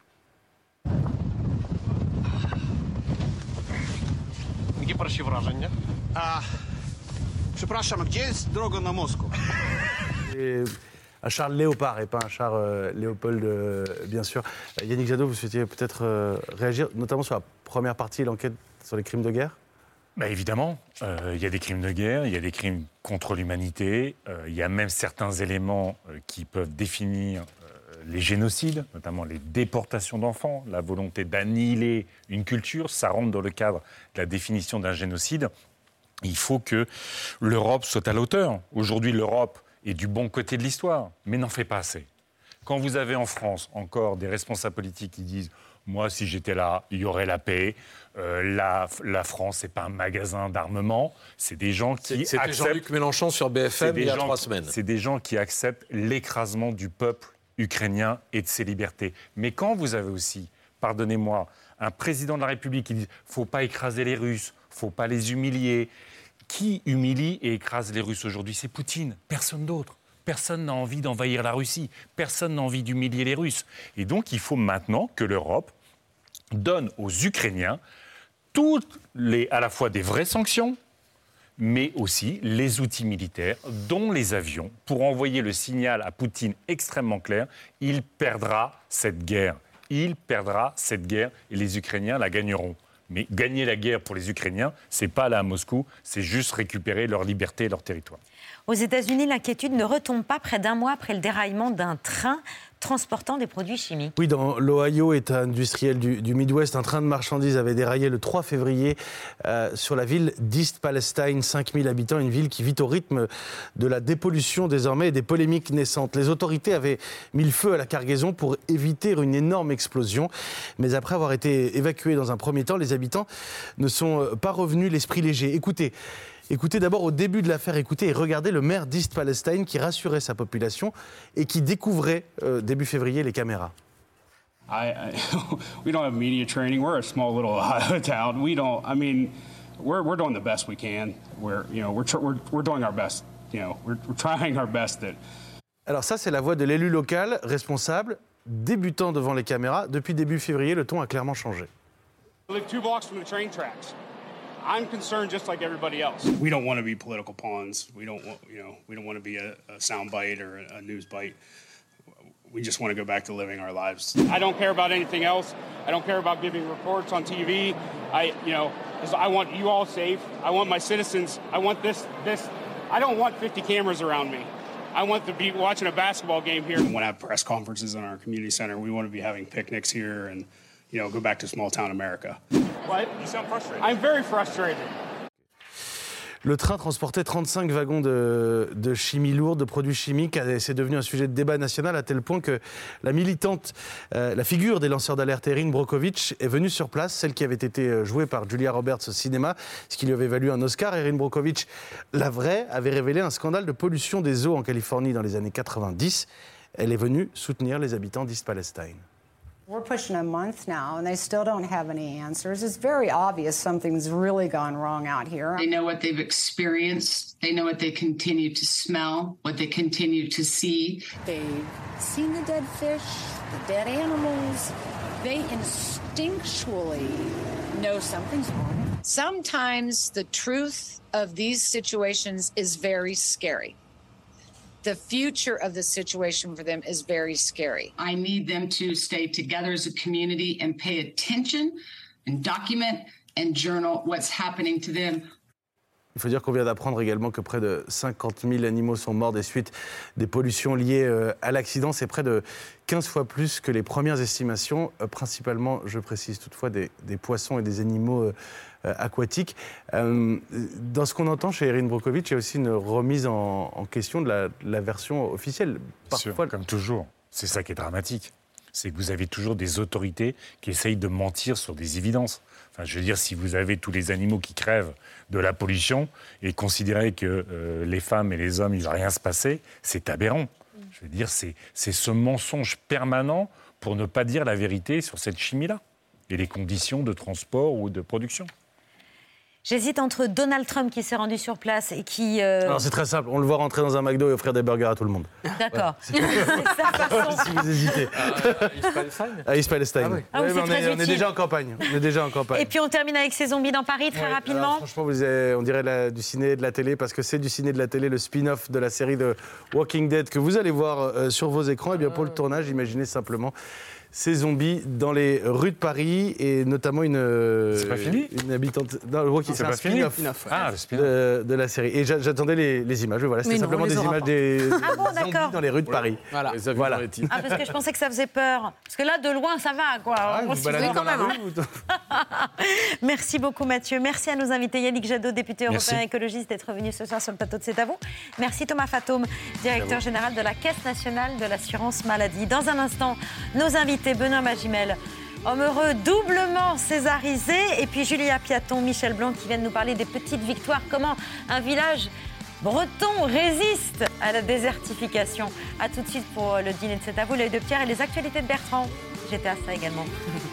[SPEAKER 14] Jakie pierwsze wrażenie? Przepraszam, gdzie jest droga na Moscou?
[SPEAKER 8] Un char Léopard et pas un char Léopold, bien sûr. Yannick Jadot, vous souhaitiez peut-être réagir, notamment sur la première partie, l'enquête sur les crimes de guerre ?
[SPEAKER 11] Évidemment, il y a des crimes de guerre, il y a des crimes contre l'humanité, il y a même certains éléments qui peuvent définir les génocides, notamment les déportations d'enfants, la volonté d'annihiler une culture, ça rentre dans le cadre de la définition d'un génocide. Il faut que l'Europe soit à la hauteur. Aujourd'hui, l'Europe est du bon côté de l'histoire, mais n'en fait pas assez. Quand vous avez en France encore des responsables politiques qui disent « Moi, si j'étais là, il y aurait la paix, la France, c'est pas un magasin d'armement », c'est des gens qui
[SPEAKER 4] C'était
[SPEAKER 11] acceptent...
[SPEAKER 4] Jean-Luc Mélenchon sur BFM il y a 3 semaines.
[SPEAKER 11] C'est des gens qui acceptent l'écrasement du peuple ukrainien et de ses libertés. Mais quand vous avez aussi, pardonnez-moi, un président de la République qui dit « Faut pas écraser les Russes, faut pas les humilier », qui humilie et écrase les Russes aujourd'hui ? C'est Poutine, personne d'autre. Personne n'a envie d'envahir la Russie. Personne n'a envie d'humilier les Russes. Et donc, il faut maintenant que l'Europe donne aux Ukrainiens à la fois des vraies sanctions, mais aussi les outils militaires, dont les avions, pour envoyer le signal à Poutine extrêmement clair, il perdra cette guerre. Il perdra cette guerre et les Ukrainiens la gagneront. Mais gagner la guerre pour les Ukrainiens, c'est pas aller à Moscou, c'est juste récupérer leur liberté et leur territoire.
[SPEAKER 1] Aux États-Unis, l'inquiétude ne retombe pas près d'un mois après le déraillement d'un train transportant des produits chimiques.
[SPEAKER 8] Oui, dans l'Ohio, État industriel du Midwest, un train de marchandises avait déraillé le 3 février sur la ville d'East Palestine, 5000 habitants, une ville qui vit au rythme de la dépollution désormais et des polémiques naissantes. Les autorités avaient mis le feu à la cargaison pour éviter une énorme explosion. Mais après avoir été évacués dans un premier temps, les habitants ne sont pas revenus l'esprit léger. Écoutez d'abord au début de l'affaire, écoutez et regardez le maire d'East Palestine qui rassurait sa population et qui découvrait début février les caméras.
[SPEAKER 25] We don't have media training. We're a small little town. We're doing the best we can. We're doing our best. We're trying our best.
[SPEAKER 8] Alors ça, c'est la voix de l'élu local responsable, débutant devant les caméras. Depuis début février, le ton a clairement changé.
[SPEAKER 25] We live 2 blocks from the train tracks. I'm concerned just like everybody else. We don't want to be political pawns. We don't want to be a soundbite or a news bite. We just want to go back to living our lives. I don't care about anything else. I don't care about giving reports on TV. I want you all safe. I want my citizens. I want this. I don't want 50 cameras around me. I want to be watching a basketball game here. We want to have press conferences in our community center. We want to be having picnics here and, go back to small town America.
[SPEAKER 9] What? You sound frustrated.
[SPEAKER 25] I'm very frustrated.
[SPEAKER 8] Le train transportait 35 wagons de chimie lourde, de produits chimiques. C'est devenu un sujet de débat national à tel point que la figure des lanceurs d'alerte, Erin Brockovich, est venue sur place, celle qui avait été jouée par Julia Roberts au cinéma, ce qui lui avait valu un Oscar. Erin Brockovich, la vraie, avait révélé un scandale de pollution des eaux en Californie dans les années 90. Elle est venue soutenir les habitants d'East Palestine.
[SPEAKER 15] We're pushing a month now, and they still don't have any answers. It's very obvious something's really gone wrong out here.
[SPEAKER 16] They know what they've experienced. They know what they continue to smell, what they continue to see.
[SPEAKER 15] They've seen the dead fish, the dead animals. They instinctually know something's wrong.
[SPEAKER 18] Sometimes the truth of these situations is very scary. The future of the situation for them is very scary.
[SPEAKER 16] I need them to stay together as a community and pay attention and document and journal what's happening to them.
[SPEAKER 8] Il faut dire qu'on vient d'apprendre également que près de 50 000 animaux sont morts des suites des pollutions liées à l'accident. C'est près de 15 fois plus que les premières estimations, principalement, je précise toutefois, des poissons et des animaux aquatiques. Dans ce qu'on entend chez Erin Brockovich, il y a aussi une remise en question de la version officielle.
[SPEAKER 11] Parfois, comme toujours, c'est ça qui est dramatique. C'est que vous avez toujours des autorités qui essayent de mentir sur des évidences. Enfin, je veux dire, si vous avez tous les animaux qui crèvent de la pollution et considérer que les femmes et les hommes, il ne va rien se passer, c'est aberrant. Je veux dire, c'est ce mensonge permanent pour ne pas dire la vérité sur cette chimie-là et les conditions de transport ou de production.
[SPEAKER 1] J'hésite entre Donald Trump qui s'est rendu sur place et qui...
[SPEAKER 8] Alors c'est très simple, on le voit rentrer dans un McDo et offrir des burgers à tout le monde.
[SPEAKER 1] D'accord.
[SPEAKER 8] Ouais. C'est sa façon. Si vous hésitez.
[SPEAKER 4] East Palestine.
[SPEAKER 8] À East Palestine.
[SPEAKER 1] Ah oui. Ah oui,
[SPEAKER 8] on est déjà en campagne.
[SPEAKER 1] Et puis on termine avec ces zombies dans Paris très rapidement.
[SPEAKER 8] Alors, franchement, on dirait du ciné et de la télé parce que c'est du ciné et de la télé, le spin-off de la série de Walking Dead que vous allez voir sur vos écrans. Et bien pour le tournage, imaginez simplement ces zombies dans les rues de Paris et notamment une habitante. Non, c'est un spin-off de la série. Et j'attendais les images. Voilà, c'était simplement des images des zombies dans les rues de Paris.
[SPEAKER 1] Voilà. Ah, parce que je pensais que ça faisait peur. Parce que là, de loin, ça va, quoi. On s'y fait quand même. Merci beaucoup, Mathieu. Merci à nos invités. Yannick Jadot, député européen écologiste, d'être venu ce soir sur le plateau de C'est à vous. Merci Thomas Fatome, directeur général de la Caisse nationale de l'assurance maladie. Dans un instant, nos invités, Benoît Magimel, homme heureux, doublement césarisé, et puis Julia Piaton, Michel Blanc qui viennent nous parler des petites victoires, comment un village breton résiste à la désertification. A tout de suite pour le dîner de C'est à vous, l'œil de Pierre et les actualités de Bertrand. J'étais à ça également.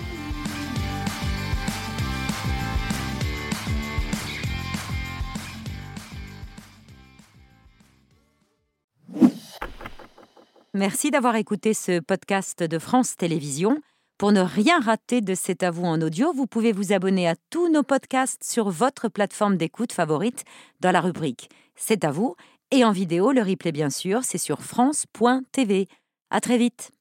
[SPEAKER 1] Merci d'avoir écouté ce podcast de France Télévisions. Pour ne rien rater de C'est à vous en audio, vous pouvez vous abonner à tous nos podcasts sur votre plateforme d'écoute favorite dans la rubrique C'est à vous. Et en vidéo, le replay bien sûr, c'est sur France.tv. À très vite.